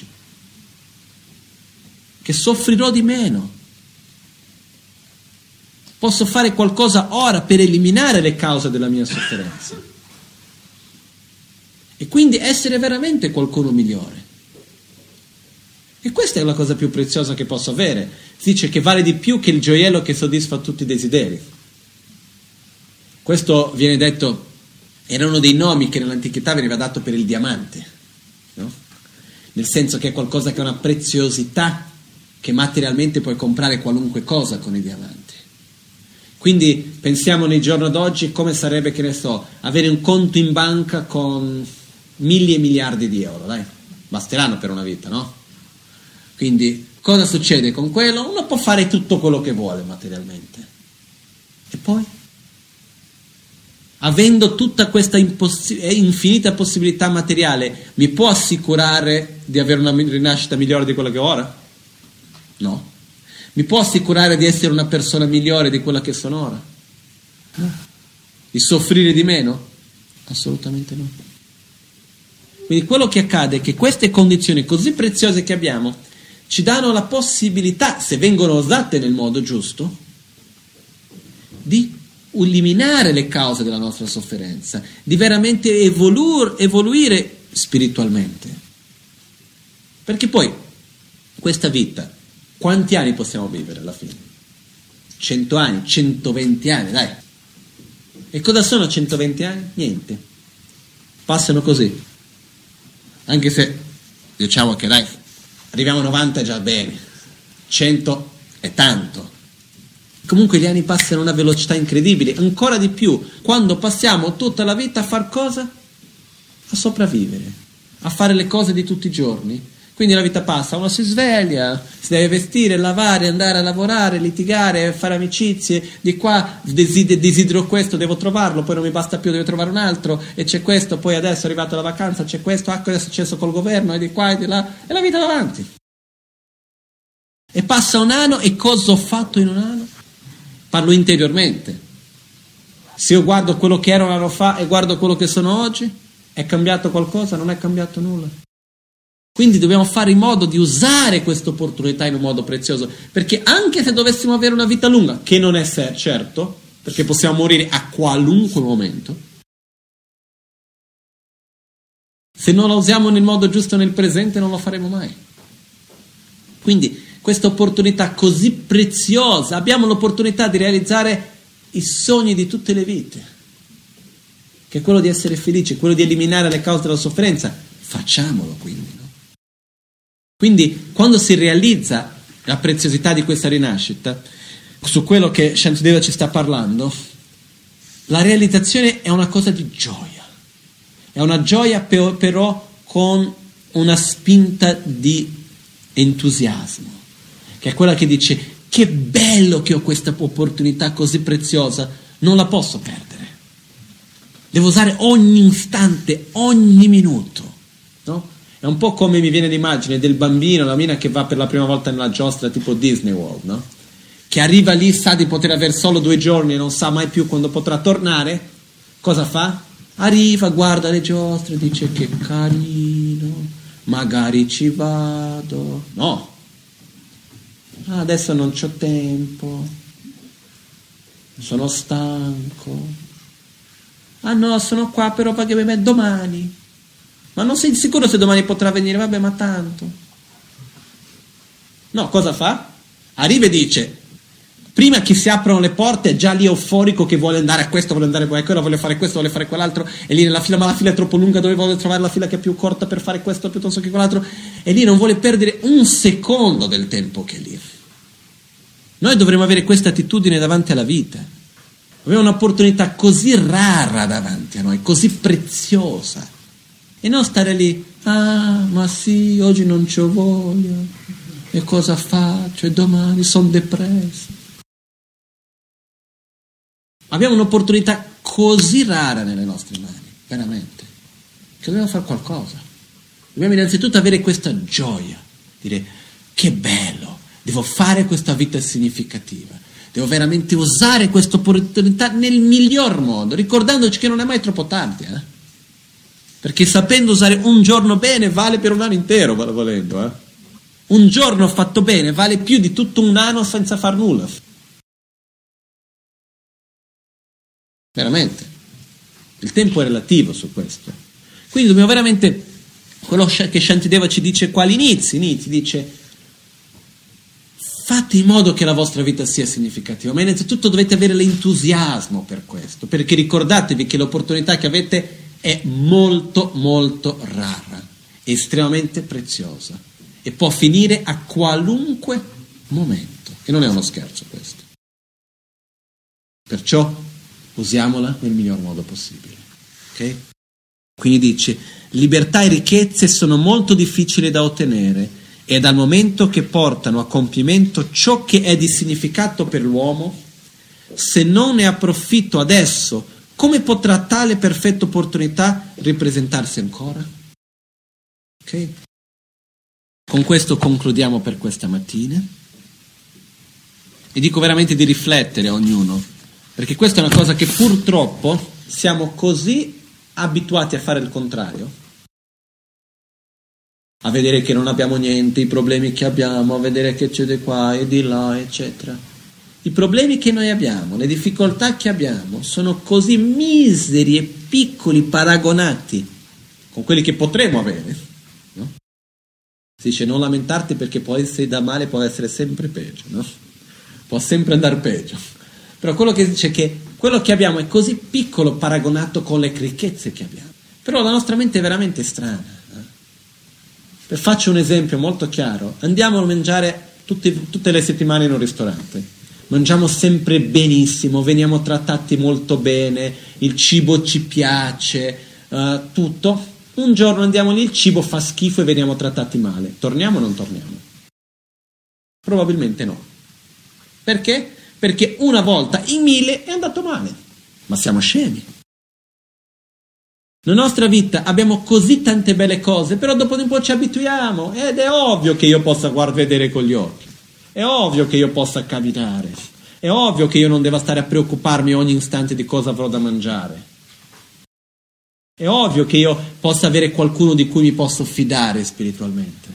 che soffrirò di meno. Posso fare qualcosa ora per eliminare le cause della mia sofferenza e quindi essere veramente qualcuno migliore. E questa è la cosa più preziosa che posso avere. Si dice che vale di più che il gioiello che soddisfa tutti i desideri. Questo viene detto, era uno dei nomi che nell'antichità veniva dato per il diamante, no? Nel senso che è qualcosa che ha una preziosità, che materialmente puoi comprare qualunque cosa con i diamanti. Quindi pensiamo nei giorni d'oggi come sarebbe, che ne so, avere un conto in banca con mille e miliardi di euro, dai, basteranno per una vita, no? Quindi cosa succede con quello? Uno può fare tutto quello che vuole materialmente. E poi? Avendo tutta questa infinita possibilità materiale, mi può assicurare di avere una rinascita migliore di quella che ho ora? No. Mi può assicurare di essere una persona migliore di quella che sono ora? No. Di soffrire di meno? Assolutamente no. Quindi quello che accade è che queste condizioni così preziose che abbiamo ci danno la possibilità, se vengono usate nel modo giusto, di eliminare le cause della nostra sofferenza, di veramente evoluire spiritualmente. Perché poi questa vita, quanti anni possiamo vivere alla fine? 100 anni, 120 anni, dai. E cosa sono 120 anni? Niente. Passano così. Anche se diciamo che dai, arriviamo a 90 è già bene, 100 è tanto. Comunque gli anni passano a una velocità incredibile, ancora di più quando passiamo tutta la vita a far cosa? A sopravvivere, a fare le cose di tutti i giorni. Quindi la vita passa, uno si sveglia, si deve vestire, lavare, andare a lavorare, litigare, fare amicizie, di qua desidero questo, devo trovarlo, poi non mi basta più, devo trovare un altro, e c'è questo, poi adesso è arrivata la vacanza, c'è questo, cosa è successo col governo, e di qua e di là, e la vita va avanti. E passa un anno, e cosa ho fatto in un anno? Parlo interiormente. Se io guardo quello che ero un anno fa e guardo quello che sono oggi, è cambiato qualcosa? Non è cambiato nulla. Quindi dobbiamo fare in modo di usare questa opportunità in un modo prezioso, perché anche se dovessimo avere una vita lunga, che non è certo, perché possiamo morire a qualunque momento, se non la usiamo nel modo giusto nel presente non lo faremo mai. Quindi questa opportunità così preziosa, abbiamo l'opportunità di realizzare i sogni di tutte le vite, che è quello di essere felici, quello di eliminare le cause della sofferenza. Facciamolo quindi. Quindi quando si realizza la preziosità di questa rinascita, su quello che Shantideva ci sta parlando, la realizzazione è una cosa di gioia. È una gioia però con una spinta di entusiasmo, che è quella che dice: che bello che ho questa opportunità così preziosa, non la posso perdere. Devo usare ogni istante, ogni minuto, no? È un po' come mi viene l'immagine del bambino, la bambina che va per la prima volta nella giostra tipo Disney World, no? Che arriva lì, sa di poter avere solo 2 giorni e non sa mai più quando potrà tornare. Cosa fa? Arriva, guarda le giostre, dice: che carino, magari ci vado. No, adesso non c'ho tempo, sono stanco. Ah no, sono qua però perché domani. Ma non sei sicuro se domani potrà venire? Vabbè, ma tanto. No, cosa fa? Arriva e dice: prima che si aprono le porte è già lì euforico che vuole andare a questo, vuole andare a quello, vuole fare questo, vuole fare quell'altro, e lì nella fila, ma la fila è troppo lunga, dove vuole trovare la fila che è più corta per fare questo piuttosto che quell'altro, e lì non vuole perdere un secondo del tempo che è lì. Noi dovremmo avere questa attitudine davanti alla vita. Abbiamo un'opportunità così rara davanti a noi, così preziosa, e non stare lì: ah, ma sì, oggi non c'ho voglia, e cosa faccio, e domani sono depresso. Abbiamo un'opportunità così rara nelle nostre mani, veramente, che dobbiamo fare qualcosa. Dobbiamo innanzitutto avere questa gioia, dire: che bello, devo fare questa vita significativa, devo veramente usare questa opportunità nel miglior modo, ricordandoci che non è mai troppo tardi, perché sapendo usare un giorno bene vale per un anno intero, volendo. Un giorno fatto bene vale più di tutto un anno senza far nulla. Veramente. Il tempo è relativo su questo. Quindi dobbiamo veramente, quello che Shantideva ci dice qua all'inizio, dice: fate in modo che la vostra vita sia significativa, ma innanzitutto dovete avere l'entusiasmo per questo, perché ricordatevi che l'opportunità che avete è molto molto rara, estremamente preziosa, e può finire a qualunque momento, e non è uno scherzo questo. Perciò usiamola nel miglior modo possibile, ok? Quindi dice: libertà e ricchezze sono molto difficili da ottenere, e dal momento che portano a compimento ciò che è di significato per l'uomo, se non ne approfitto adesso, come potrà tale perfetta opportunità ripresentarsi ancora? Ok? Con questo concludiamo per questa mattina, e dico veramente di riflettere a ognuno, perché questa è una cosa che purtroppo siamo così abituati a fare il contrario, a vedere che non abbiamo niente, i problemi che abbiamo, a vedere che c'è di qua e di là, eccetera. I problemi che noi abbiamo, le difficoltà che abbiamo sono così miseri e piccoli paragonati con quelli che potremo avere, no? Si dice: non lamentarti perché può essere da male, può essere sempre peggio, no? Può sempre andare peggio. Però quello che dice è che quello che abbiamo è così piccolo paragonato con le ricchezze che abbiamo. Però la nostra mente è veramente strana. Faccio un esempio molto chiaro: andiamo a mangiare tutte le settimane in un ristorante, mangiamo sempre benissimo, veniamo trattati molto bene, il cibo ci piace, tutto. Un giorno andiamo lì, il cibo fa schifo e veniamo trattati male. Torniamo o non torniamo? Probabilmente no. Perché? Perché una volta in 1000 è andato male. Ma siamo scemi. Nella nostra vita abbiamo così tante belle cose, però dopo un po' ci abituiamo, ed è ovvio che io possa vedere con gli occhi, è ovvio che io possa camminare, è ovvio che io non debba stare a preoccuparmi ogni istante di cosa avrò da mangiare, è ovvio che io possa avere qualcuno di cui mi posso fidare spiritualmente.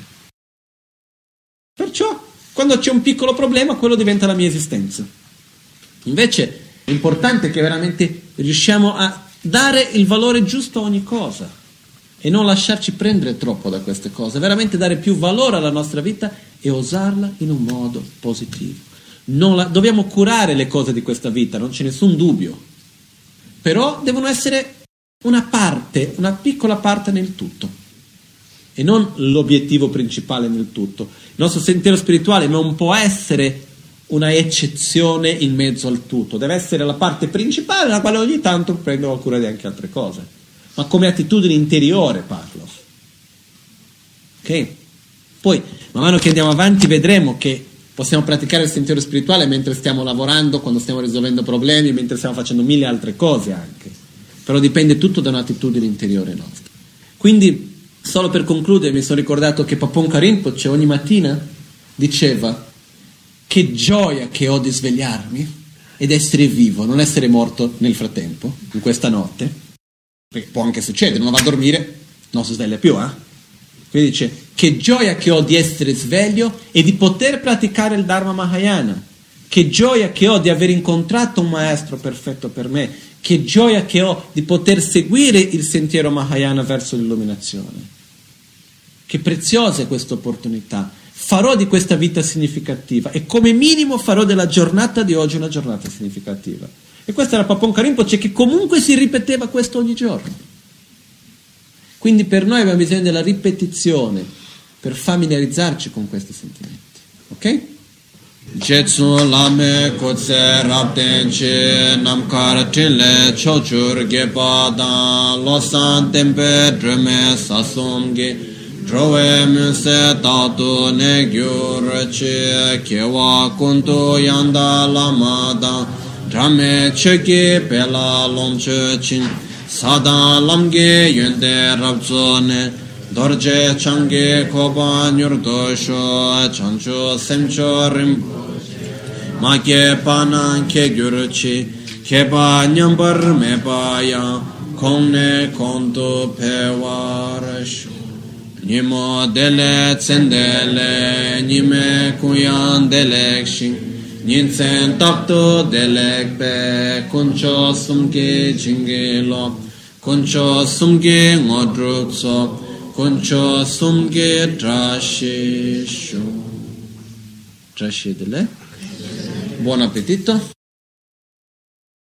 Perciò quando c'è un piccolo problema, quello diventa la mia esistenza. Invece l'importante è che veramente riusciamo a dare il valore giusto a ogni cosa e non lasciarci prendere troppo da queste cose, veramente dare più valore alla nostra vita e usarla in un modo positivo. Dobbiamo curare le cose di questa vita, non c'è nessun dubbio, però devono essere una parte, una piccola parte nel tutto. e non l'obiettivo principale nel tutto. Il nostro sentiero spirituale non può essere una eccezione in mezzo al tutto, deve essere la parte principale nella quale ogni tanto prendo cura di anche altre cose, ma come attitudine interiore parlo. Ok? Poi, man mano che andiamo avanti, vedremo che possiamo praticare il sentiero spirituale mentre stiamo lavorando, quando stiamo risolvendo problemi, mentre stiamo facendo mille altre cose anche. Però dipende tutto da un'attitudine interiore nostra. Quindi, solo per concludere, mi sono ricordato che Paponka Rinpoche ogni mattina diceva: che gioia che ho di svegliarmi ed essere vivo, non essere morto nel frattempo, in questa notte, perché può anche succedere, non va a dormire, non si sveglia più, Quindi dice: che gioia che ho di essere sveglio e di poter praticare il Dharma Mahayana, che gioia che ho di aver incontrato un maestro perfetto per me, che gioia che ho di poter seguire il sentiero Mahayana verso l'illuminazione. Che preziosa è questa opportunità. Farò di questa vita significativa e come minimo farò della giornata di oggi una giornata significativa. E questa era Paponka Rinpoche, che comunque si ripeteva questo ogni giorno. Quindi per noi abbiamo bisogno della ripetizione per familiarizzarci con questi sentimenti. Ok? Jetsu lame kotse raptenche namkar trile chochur gepada losan tempe dreme sasomge drowe munse tatu ne gyurche kewa kunto yanda lamada drame cheke pela lomche chin sada lamge yende rabzone dorje change koba nyurdo sho chancho semcho rim make panan ke gyurchi keba nyambar mebaya kongne konto pewarash nimo dele tsendele nime kuyan delekshin ninsen tapto delekpe kuncho sumge jingelo kuncho sumge ngodrukso Concio sumge trashe delle. Buon appetito.